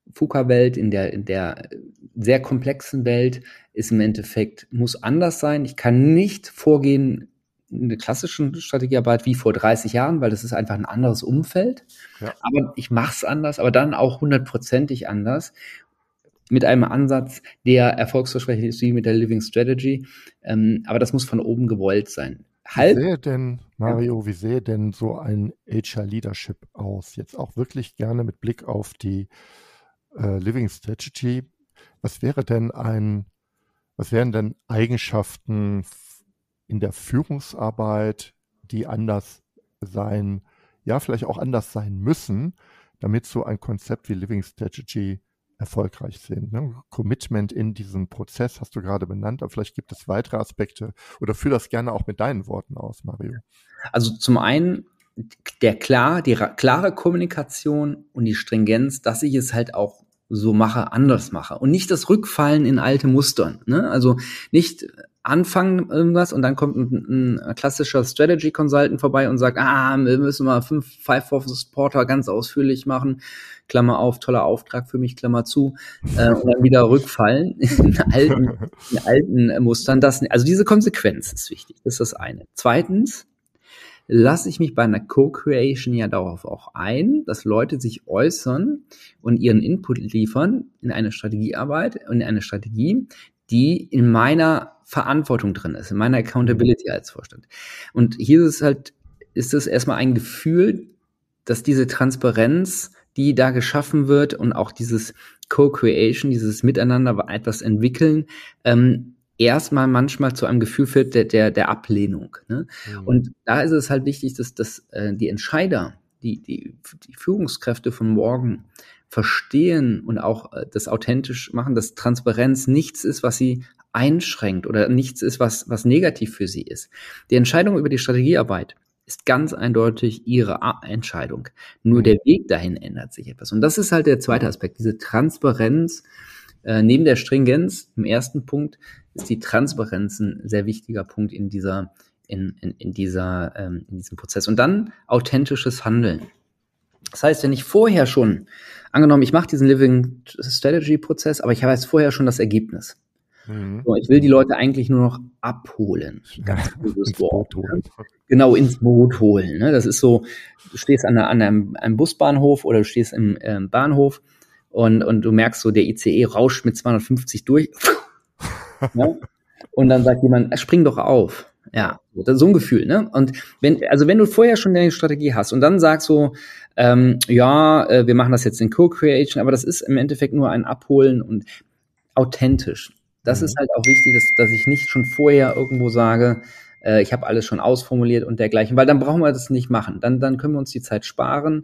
VUCA-Welt, in der sehr komplexen Welt ist im Endeffekt, muss anders sein. Ich kann nicht vorgehen in der klassischen Strategiearbeit wie vor 30 Jahren, weil das ist einfach ein anderes Umfeld. Ja. Aber ich mache es anders, aber dann auch 100%ig anders. Mit einem Ansatz, der erfolgsversprechend ist wie mit der Living Strategy. Aber das muss von oben gewollt sein. Wie sähe denn, Mario, wie sähe denn so ein HR Leadership aus? Jetzt auch wirklich gerne mit Blick auf die Living Strategy. Was wären denn Eigenschaften in der Führungsarbeit, die anders sein, ja, vielleicht auch anders sein müssen, damit so ein Konzept wie Living Strategy erfolgreich sind. Ne? Commitment in diesem Prozess hast du gerade benannt, aber vielleicht gibt es weitere Aspekte oder führ das gerne auch mit deinen Worten aus, Mario. Also zum einen die klare Kommunikation und die Stringenz, dass ich es halt auch so mache, anders mache und nicht das Rückfallen in alte Mustern. Ne? Also nicht anfangen irgendwas und dann kommt ein klassischer Strategy Consultant vorbei und sagt, wir müssen mal 5 Forces Porter ganz ausführlich machen, Klammer auf, toller Auftrag für mich, Klammer zu, und dann wieder rückfallen in alten Mustern. Also diese Konsequenz ist wichtig, das ist das eine. Zweitens lasse ich mich bei einer Co-Creation ja darauf auch ein, dass Leute sich äußern und ihren Input liefern in eine Strategiearbeit und in eine Strategie, die in meiner Verantwortung drin ist, in meiner Accountability als Vorstand. Und hier ist es erstmal ein Gefühl, dass diese Transparenz, die da geschaffen wird und auch dieses Co-Creation, dieses Miteinander etwas entwickeln, erstmal manchmal zu einem Gefühl führt der Ablehnung. Ne? Und da ist es halt wichtig, dass die Entscheider, die Führungskräfte von morgen verstehen und auch das authentisch machen, dass Transparenz nichts ist, was sie einschränkt oder nichts ist, was negativ für sie ist. Die Entscheidung über die Strategiearbeit ist ganz eindeutig ihre Entscheidung. Nur der Weg dahin ändert sich etwas. Und das ist halt der zweite Aspekt, diese Transparenz. Neben der Stringenz, im ersten Punkt, ist die Transparenz ein sehr wichtiger Punkt in diesem Prozess. Und dann authentisches Handeln. Das heißt, wenn ich vorher schon, angenommen, ich mache diesen Living Strategy Prozess, aber ich habe jetzt vorher schon das Ergebnis. So, ich will die Leute eigentlich nur noch abholen. Ganz gutes Wort. Genau, ins Boot holen. Ne? Das ist so, du stehst an einem Busbahnhof oder du stehst im Bahnhof und du merkst so, der ICE rauscht mit 250 durch. Ja? Und dann sagt jemand, spring doch auf. Ja, so ein Gefühl, ne? Und wenn du vorher schon deine Strategie hast und dann sagst so, wir machen das jetzt in Co-Creation, aber das ist im Endeffekt nur ein Abholen und authentisch. Das ist halt auch wichtig, dass ich nicht schon vorher irgendwo sage, ich habe alles schon ausformuliert und dergleichen, weil dann brauchen wir das nicht machen. Dann können wir uns die Zeit sparen.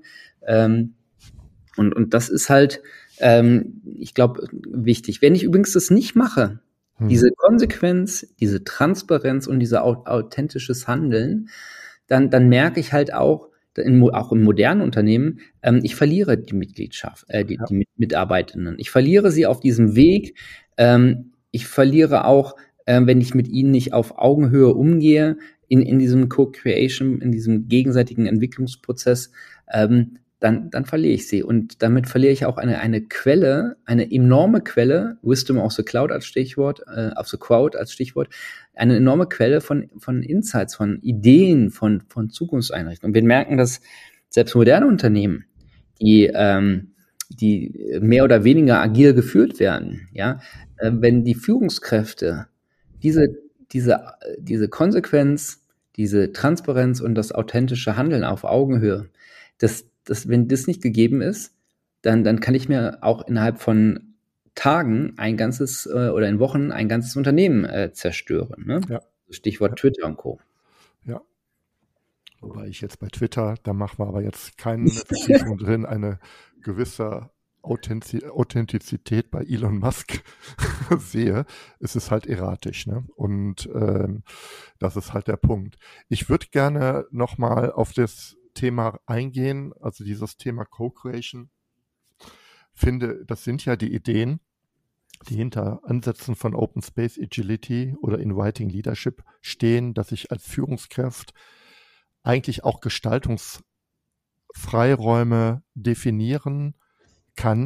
Und das ist halt, ich glaube, wichtig. Wenn ich übrigens das nicht mache, diese Konsequenz, diese Transparenz und dieser authentisches Handeln, dann merke ich halt auch im modernen Unternehmen, ich verliere die Mitgliedschaft, die Mitarbeitenden. Ich verliere sie auf diesem Weg. Ich verliere auch, wenn ich mit ihnen nicht auf Augenhöhe umgehe, in diesem Co-Creation, in diesem gegenseitigen Entwicklungsprozess, dann verliere ich sie. Und damit verliere ich auch eine Quelle, eine enorme Quelle, Wisdom of the Cloud als Stichwort, of the Crowd als Stichwort, eine enorme Quelle von Insights, von Ideen, von Zukunftseinrichtungen. Und wir merken, dass selbst moderne Unternehmen, die mehr oder weniger agil geführt werden, ja, wenn die Führungskräfte diese Konsequenz, diese Transparenz und das authentische Handeln auf Augenhöhe, wenn das nicht gegeben ist, dann kann ich mir auch innerhalb von Tagen ein ganzes oder in Wochen ein ganzes Unternehmen zerstören. Ne? Ja. Stichwort Twitter und Co. Ja. Wobei ich jetzt bei Twitter, da machen wir aber jetzt keine Vertiefung drin, eine gewisse Authentizität bei Elon Musk sehe, ist es halt erratisch. Ne? Und das ist halt der Punkt. Ich würde gerne nochmal auf das Thema eingehen, also dieses Thema Co-Creation. Finde, das sind ja die Ideen, die hinter Ansätzen von Open Space Agility oder Inviting Leadership stehen, dass ich als Führungskraft eigentlich auch Gestaltungsfreiräume definieren kann,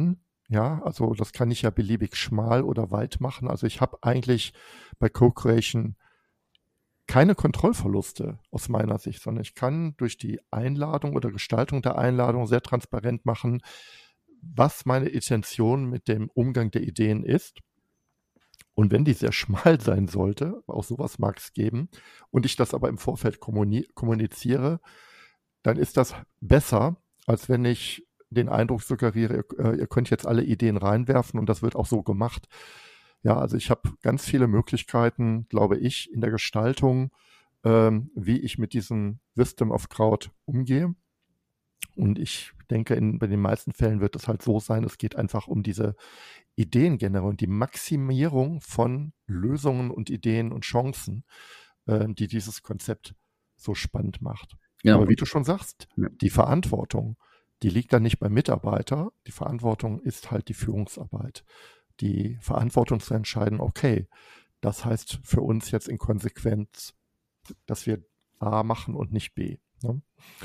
Ja, also das kann ich ja beliebig schmal oder weit machen. Also ich habe eigentlich bei Co-Creation keine Kontrollverluste aus meiner Sicht, sondern ich kann durch die Einladung oder Gestaltung der Einladung sehr transparent machen, was meine Intention mit dem Umgang der Ideen ist. Und wenn die sehr schmal sein sollte, auch sowas mag es geben, und ich das aber im Vorfeld kommuniziere, dann ist das besser, als wenn ich den Eindruck suggeriere, ihr könnt jetzt alle Ideen reinwerfen und das wird auch so gemacht. Ja, also ich habe ganz viele Möglichkeiten, glaube ich, in der Gestaltung, wie ich mit diesem Wisdom of Crowd umgehe. Und ich denke, bei den meisten Fällen wird es halt so sein, es geht einfach um diese Ideengenerierung, die Maximierung von Lösungen und Ideen und Chancen, die dieses Konzept so spannend macht. Ja, aber wie du schon sagst, ja. Die Verantwortung, die liegt dann nicht beim Mitarbeiter. Die Verantwortung ist halt die Führungsarbeit. Die Verantwortung zu entscheiden, okay, das heißt für uns jetzt in Konsequenz, dass wir A machen und nicht B. Ne?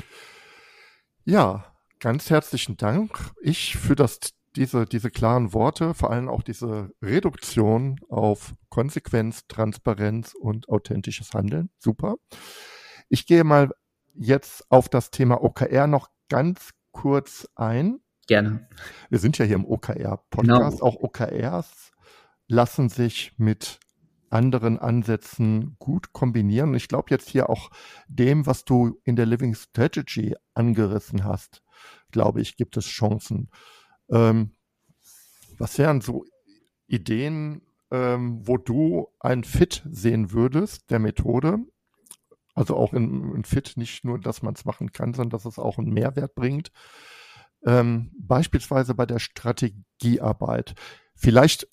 Ja, ganz herzlichen Dank. Ich für diese klaren Worte, vor allem auch diese Reduktion auf Konsequenz, Transparenz und authentisches Handeln. Super. Ich gehe mal jetzt auf das Thema OKR noch ganz kurz ein. Gerne. Wir sind ja hier im OKR-Podcast. Genau. Auch OKRs lassen sich mit anderen Ansätzen gut kombinieren. Ich glaube jetzt hier auch dem, was du in der Living Strategy angerissen hast, glaube ich, gibt es Chancen. Was wären so Ideen, wo du einen Fit sehen würdest der Methode? Also auch ein Fit, nicht nur, dass man es machen kann, sondern dass es auch einen Mehrwert bringt. Beispielsweise bei der Strategiearbeit. Vielleicht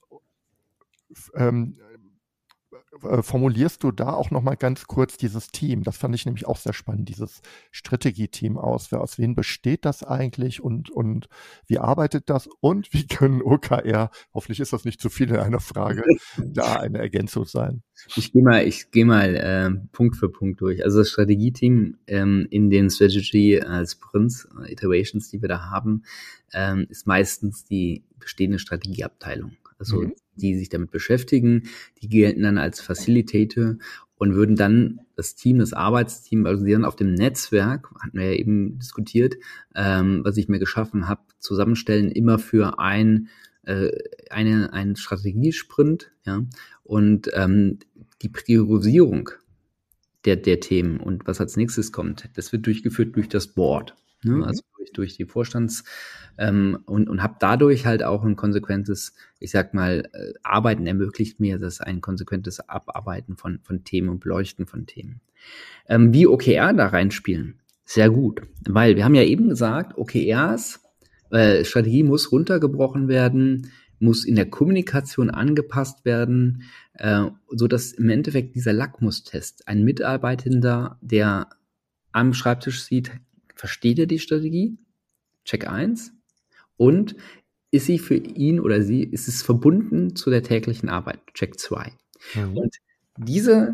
formulierst du da auch nochmal ganz kurz dieses Team. Das fand ich nämlich auch sehr spannend, dieses Strategie-Team aus. Aus wen besteht das eigentlich und wie arbeitet das und wie können OKR, hoffentlich ist das nicht zu viel in einer Frage, da eine Ergänzung sein? Ich gehe mal Punkt für Punkt durch. Also das Strategieteam in den Strategy Sprints, Iterations, die wir da haben, ist meistens die bestehende Strategieabteilung. Also die sich damit beschäftigen, die gelten dann als Facilitator und würden dann das Team, das Arbeitsteam, basierend auf dem Netzwerk, hatten wir ja eben diskutiert, was ich mir geschaffen habe, zusammenstellen, immer für einen Strategiesprint, ja, und die Priorisierung der Themen und was als nächstes kommt, das wird durchgeführt durch das Board, ne? Also durch die Vorstands- und habe dadurch halt auch ein konsequentes, ich sag mal, Arbeiten ermöglicht mir das ein konsequentes Abarbeiten von Themen und Beleuchten von Themen. Wie OKR da reinspielen? Sehr gut, weil wir haben ja eben gesagt, OKRs, Strategie muss runtergebrochen werden, muss in der Kommunikation angepasst werden, so dass im Endeffekt dieser Lackmustest, ein Mitarbeitender, der am Schreibtisch sieht, versteht er die Strategie? Check 1. Und ist sie für ihn oder sie, ist es verbunden zu der täglichen Arbeit? Check 2. Und dieses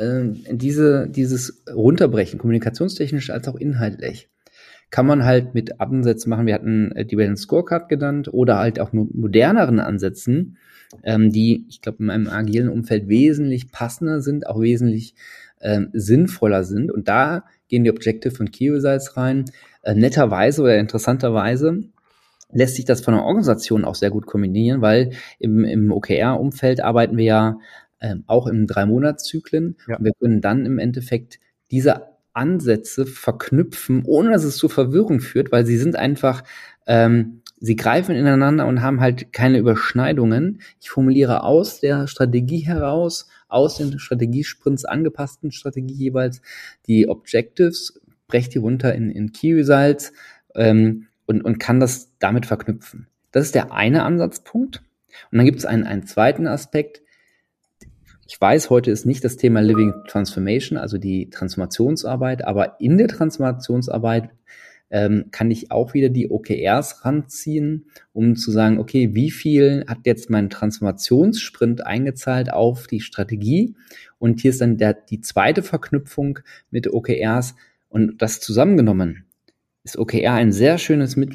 Runterbrechen, kommunikationstechnisch als auch inhaltlich, kann man halt mit Ansätzen machen. Wir hatten die Balance Scorecard genannt oder halt auch mit moderneren Ansätzen, die, ich glaube, in einem agilen Umfeld wesentlich passender sind, auch wesentlich sinnvoller sind. Und da gehen die Objective und Key Results rein. Netterweise oder interessanterweise lässt sich das von der Organisation auch sehr gut kombinieren, weil im OKR-Umfeld arbeiten wir ja auch in 3-Monats-Zyklen. Ja. Und wir können dann im Endeffekt diese Ansätze verknüpfen, ohne dass es zu Verwirrung führt, weil sie sind einfach, sie greifen ineinander und haben halt keine Überschneidungen. Ich formuliere aus der Strategie heraus, aus den Strategiesprints angepassten Strategie jeweils die Objectives, breche die runter in Key Results und kann das damit verknüpfen. Das ist der eine Ansatzpunkt. Und dann gibt es einen zweiten Aspekt. Ich weiß, heute ist nicht das Thema Living Transformation, also die Transformationsarbeit, aber in der Transformationsarbeit kann ich auch wieder die OKRs ranziehen, um zu sagen, okay, wie viel hat jetzt mein Transformationssprint eingezahlt auf die Strategie? Und hier ist dann die zweite Verknüpfung mit OKRs und das zusammengenommen ist OKR ein sehr schönes Mittel,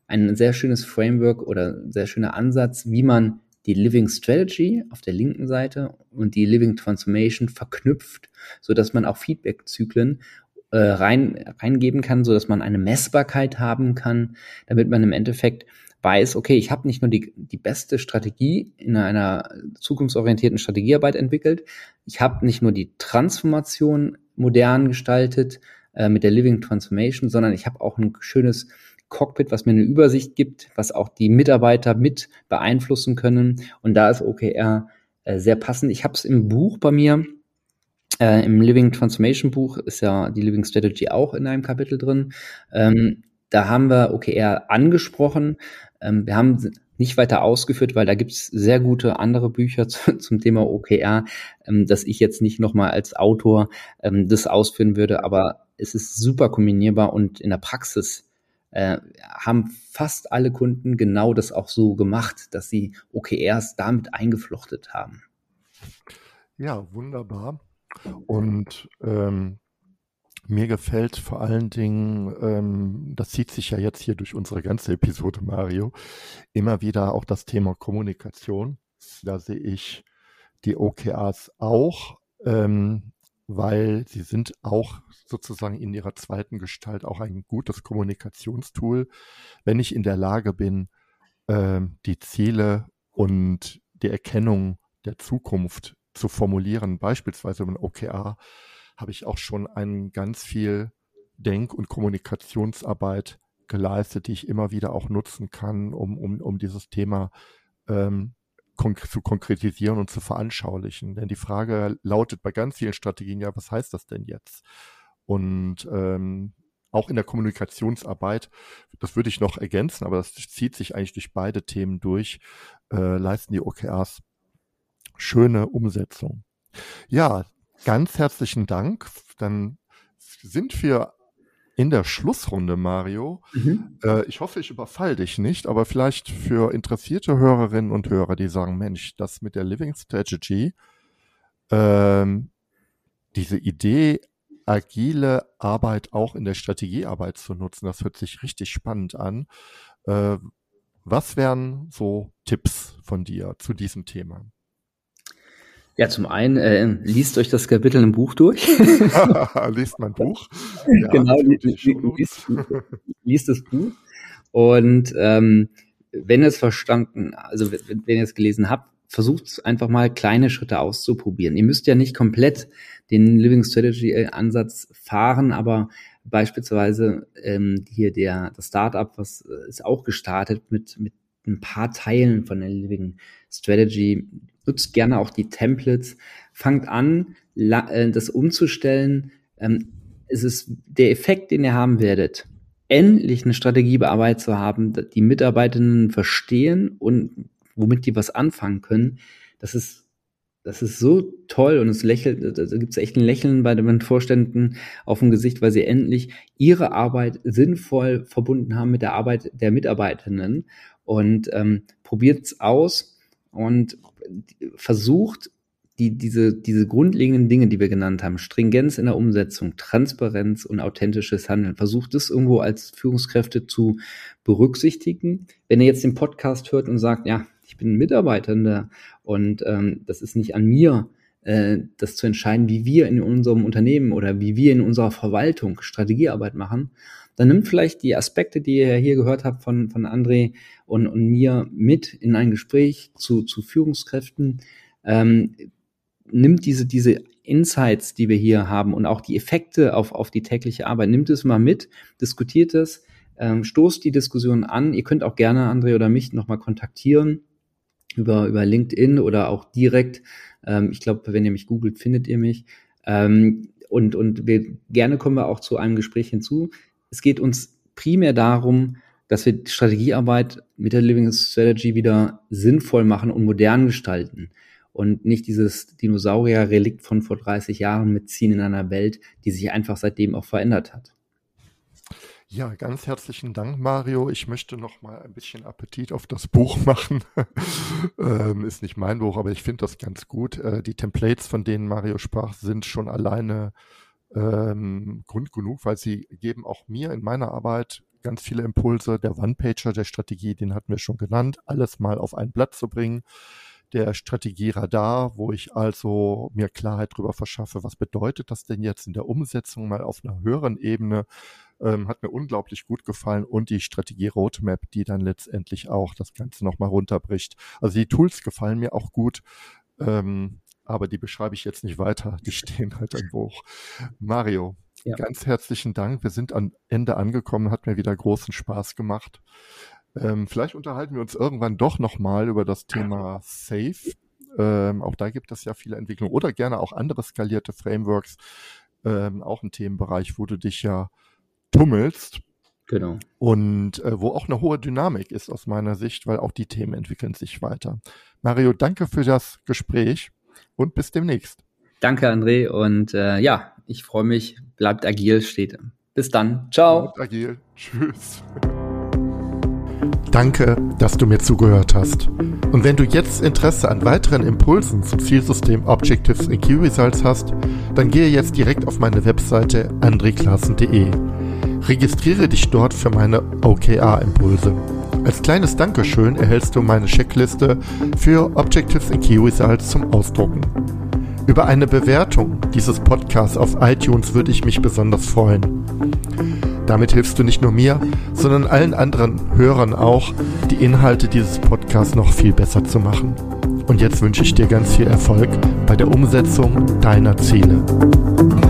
ein sehr schönes Framework oder ein sehr schöner Ansatz, wie man die Living Strategy auf der linken Seite und die Living Transformation verknüpft, sodass man auch Feedback-Zyklen reingeben kann, sodass man eine Messbarkeit haben kann, damit man im Endeffekt weiß, okay, ich habe nicht nur die beste Strategie in einer zukunftsorientierten Strategiearbeit entwickelt, ich habe nicht nur die Transformation modern gestaltet mit der Living Transformation, sondern ich habe auch ein schönes Cockpit, was mir eine Übersicht gibt, was auch die Mitarbeiter mit beeinflussen können. Und da ist OKR sehr passend. Ich habe es im Buch bei mir, im Living Transformation Buch ist ja die Living Strategy auch in einem Kapitel drin. Da haben wir OKR angesprochen. Wir haben nicht weiter ausgeführt, weil da gibt's sehr gute andere Bücher zum Thema OKR, dass ich jetzt nicht nochmal als Autor das ausführen würde, aber es ist super kombinierbar und in der Praxis haben fast alle Kunden genau das auch so gemacht, dass sie OKRs damit eingeflochtet haben. Ja, wunderbar. Und mir gefällt vor allen Dingen, das zieht sich ja jetzt hier durch unsere ganze Episode, Mario, immer wieder auch das Thema Kommunikation. Da sehe ich die OKRs auch, weil sie sind auch sozusagen in ihrer zweiten Gestalt auch ein gutes Kommunikationstool. Wenn ich in der Lage bin, die Ziele und die Erkennung der Zukunft zu formulieren, beispielsweise im OKR, habe ich auch schon ganz viel Denk- und Kommunikationsarbeit geleistet, die ich immer wieder auch nutzen kann, um dieses Thema zu konkretisieren und zu veranschaulichen. Denn die Frage lautet bei ganz vielen Strategien ja, was heißt das denn jetzt? Und auch in der Kommunikationsarbeit, das würde ich noch ergänzen, aber das zieht sich eigentlich durch beide Themen durch, leisten die OKRs schöne Umsetzung. Ja, ganz herzlichen Dank. Dann sind wir in der Schlussrunde, Mario. Ich hoffe, ich überfalle dich nicht, aber vielleicht für interessierte Hörerinnen und Hörer, die sagen, Mensch, das mit der Living Strategy, diese Idee, agile Arbeit auch in der Strategiearbeit zu nutzen, das hört sich richtig spannend an. Was wären so Tipps von dir zu diesem Thema? Ja, zum einen, liest euch das Kapitel im Buch durch. Liest mein Buch. Ja, genau, liest das Buch. Und wenn ihr es verstanden, also wenn ihr es gelesen habt, versucht einfach mal kleine Schritte auszuprobieren. Ihr müsst ja nicht komplett den Living Strategy Ansatz fahren, aber beispielsweise hier das Startup, was ist auch gestartet mit ein paar Teilen von der Living Strategy. Nutzt gerne auch die Templates. Fangt an, das umzustellen. Es ist der Effekt, den ihr haben werdet, endlich eine Strategiearbeit zu haben, die Mitarbeitenden verstehen und womit die was anfangen können. Das ist so toll und da gibt es echt ein Lächeln bei den Vorständen auf dem Gesicht, weil sie endlich ihre Arbeit sinnvoll verbunden haben mit der Arbeit der Mitarbeitenden und probiert's aus und versucht, diese grundlegenden Dinge, die wir genannt haben, Stringenz in der Umsetzung, Transparenz und authentisches Handeln, versucht das irgendwo als Führungskräfte zu berücksichtigen. Wenn ihr jetzt den Podcast hört und sagt, ja, ich bin ein Mitarbeitender und das ist nicht an mir, das zu entscheiden, wie wir in unserem Unternehmen oder wie wir in unserer Verwaltung Strategiearbeit machen, dann nimmt vielleicht die Aspekte, die ihr hier gehört habt von André und mir mit in ein Gespräch zu Führungskräften, nimmt diese Insights, die wir hier haben und auch die Effekte auf die tägliche Arbeit, nimmt es mal mit, diskutiert es, stoßt die Diskussion an. Ihr könnt auch gerne André oder mich nochmal kontaktieren über LinkedIn oder auch direkt. Ich glaube, wenn ihr mich googelt, findet ihr mich. Und gerne kommen wir auch zu einem Gespräch hinzu. Es geht uns primär darum, dass wir Strategiearbeit mit der Living Strategy wieder sinnvoll machen und modern gestalten und nicht dieses Dinosaurier-Relikt von vor 30 Jahren mitziehen in einer Welt, die sich einfach seitdem auch verändert hat. Ja, ganz herzlichen Dank, Mario. Ich möchte noch mal ein bisschen Appetit auf das Buch machen. Ist nicht mein Buch, aber ich finde das ganz gut. Die Templates, von denen Mario sprach, sind schon alleine Grund genug, weil sie geben auch mir in meiner Arbeit ganz viele Impulse. Der One-Pager der Strategie, den hatten wir schon genannt, alles mal auf ein Blatt zu bringen. Der Strategieradar, wo ich also mir Klarheit darüber verschaffe, was bedeutet das denn jetzt in der Umsetzung mal auf einer höheren Ebene, hat mir unglaublich gut gefallen, und die Strategie-Roadmap, die dann letztendlich auch das Ganze nochmal runterbricht. Also die Tools gefallen mir auch gut, aber die beschreibe ich jetzt nicht weiter, die stehen halt im Buch. Mario, ganz herzlichen Dank, wir sind am Ende angekommen, hat mir wieder großen Spaß gemacht. Vielleicht unterhalten wir uns irgendwann doch nochmal über das Thema Safe. Auch da gibt es ja viele Entwicklungen, oder gerne auch andere skalierte Frameworks, auch ein Themenbereich, wo du dich ja tummelst. Genau. Und wo auch eine hohe Dynamik ist aus meiner Sicht, weil auch die Themen entwickeln sich weiter. Mario, danke für das Gespräch und bis demnächst. Danke, André, und ich freue mich, bleibt agil, steht. Bis dann. Ciao. Bleibt agil. Tschüss. Danke, dass du mir zugehört hast. Und wenn du jetzt Interesse an weiteren Impulsen zum Zielsystem Objectives in Key Results hast, dann gehe jetzt direkt auf meine Webseite andreklassen.de. Registriere dich dort für meine OKR-Impulse. Als kleines Dankeschön erhältst du meine Checkliste für Objectives in Key Results zum Ausdrucken. Über eine Bewertung dieses Podcasts auf iTunes würde ich mich besonders freuen. Damit hilfst du nicht nur mir, sondern allen anderen Hörern auch, die Inhalte dieses Podcasts noch viel besser zu machen. Und jetzt wünsche ich dir ganz viel Erfolg bei der Umsetzung deiner Ziele.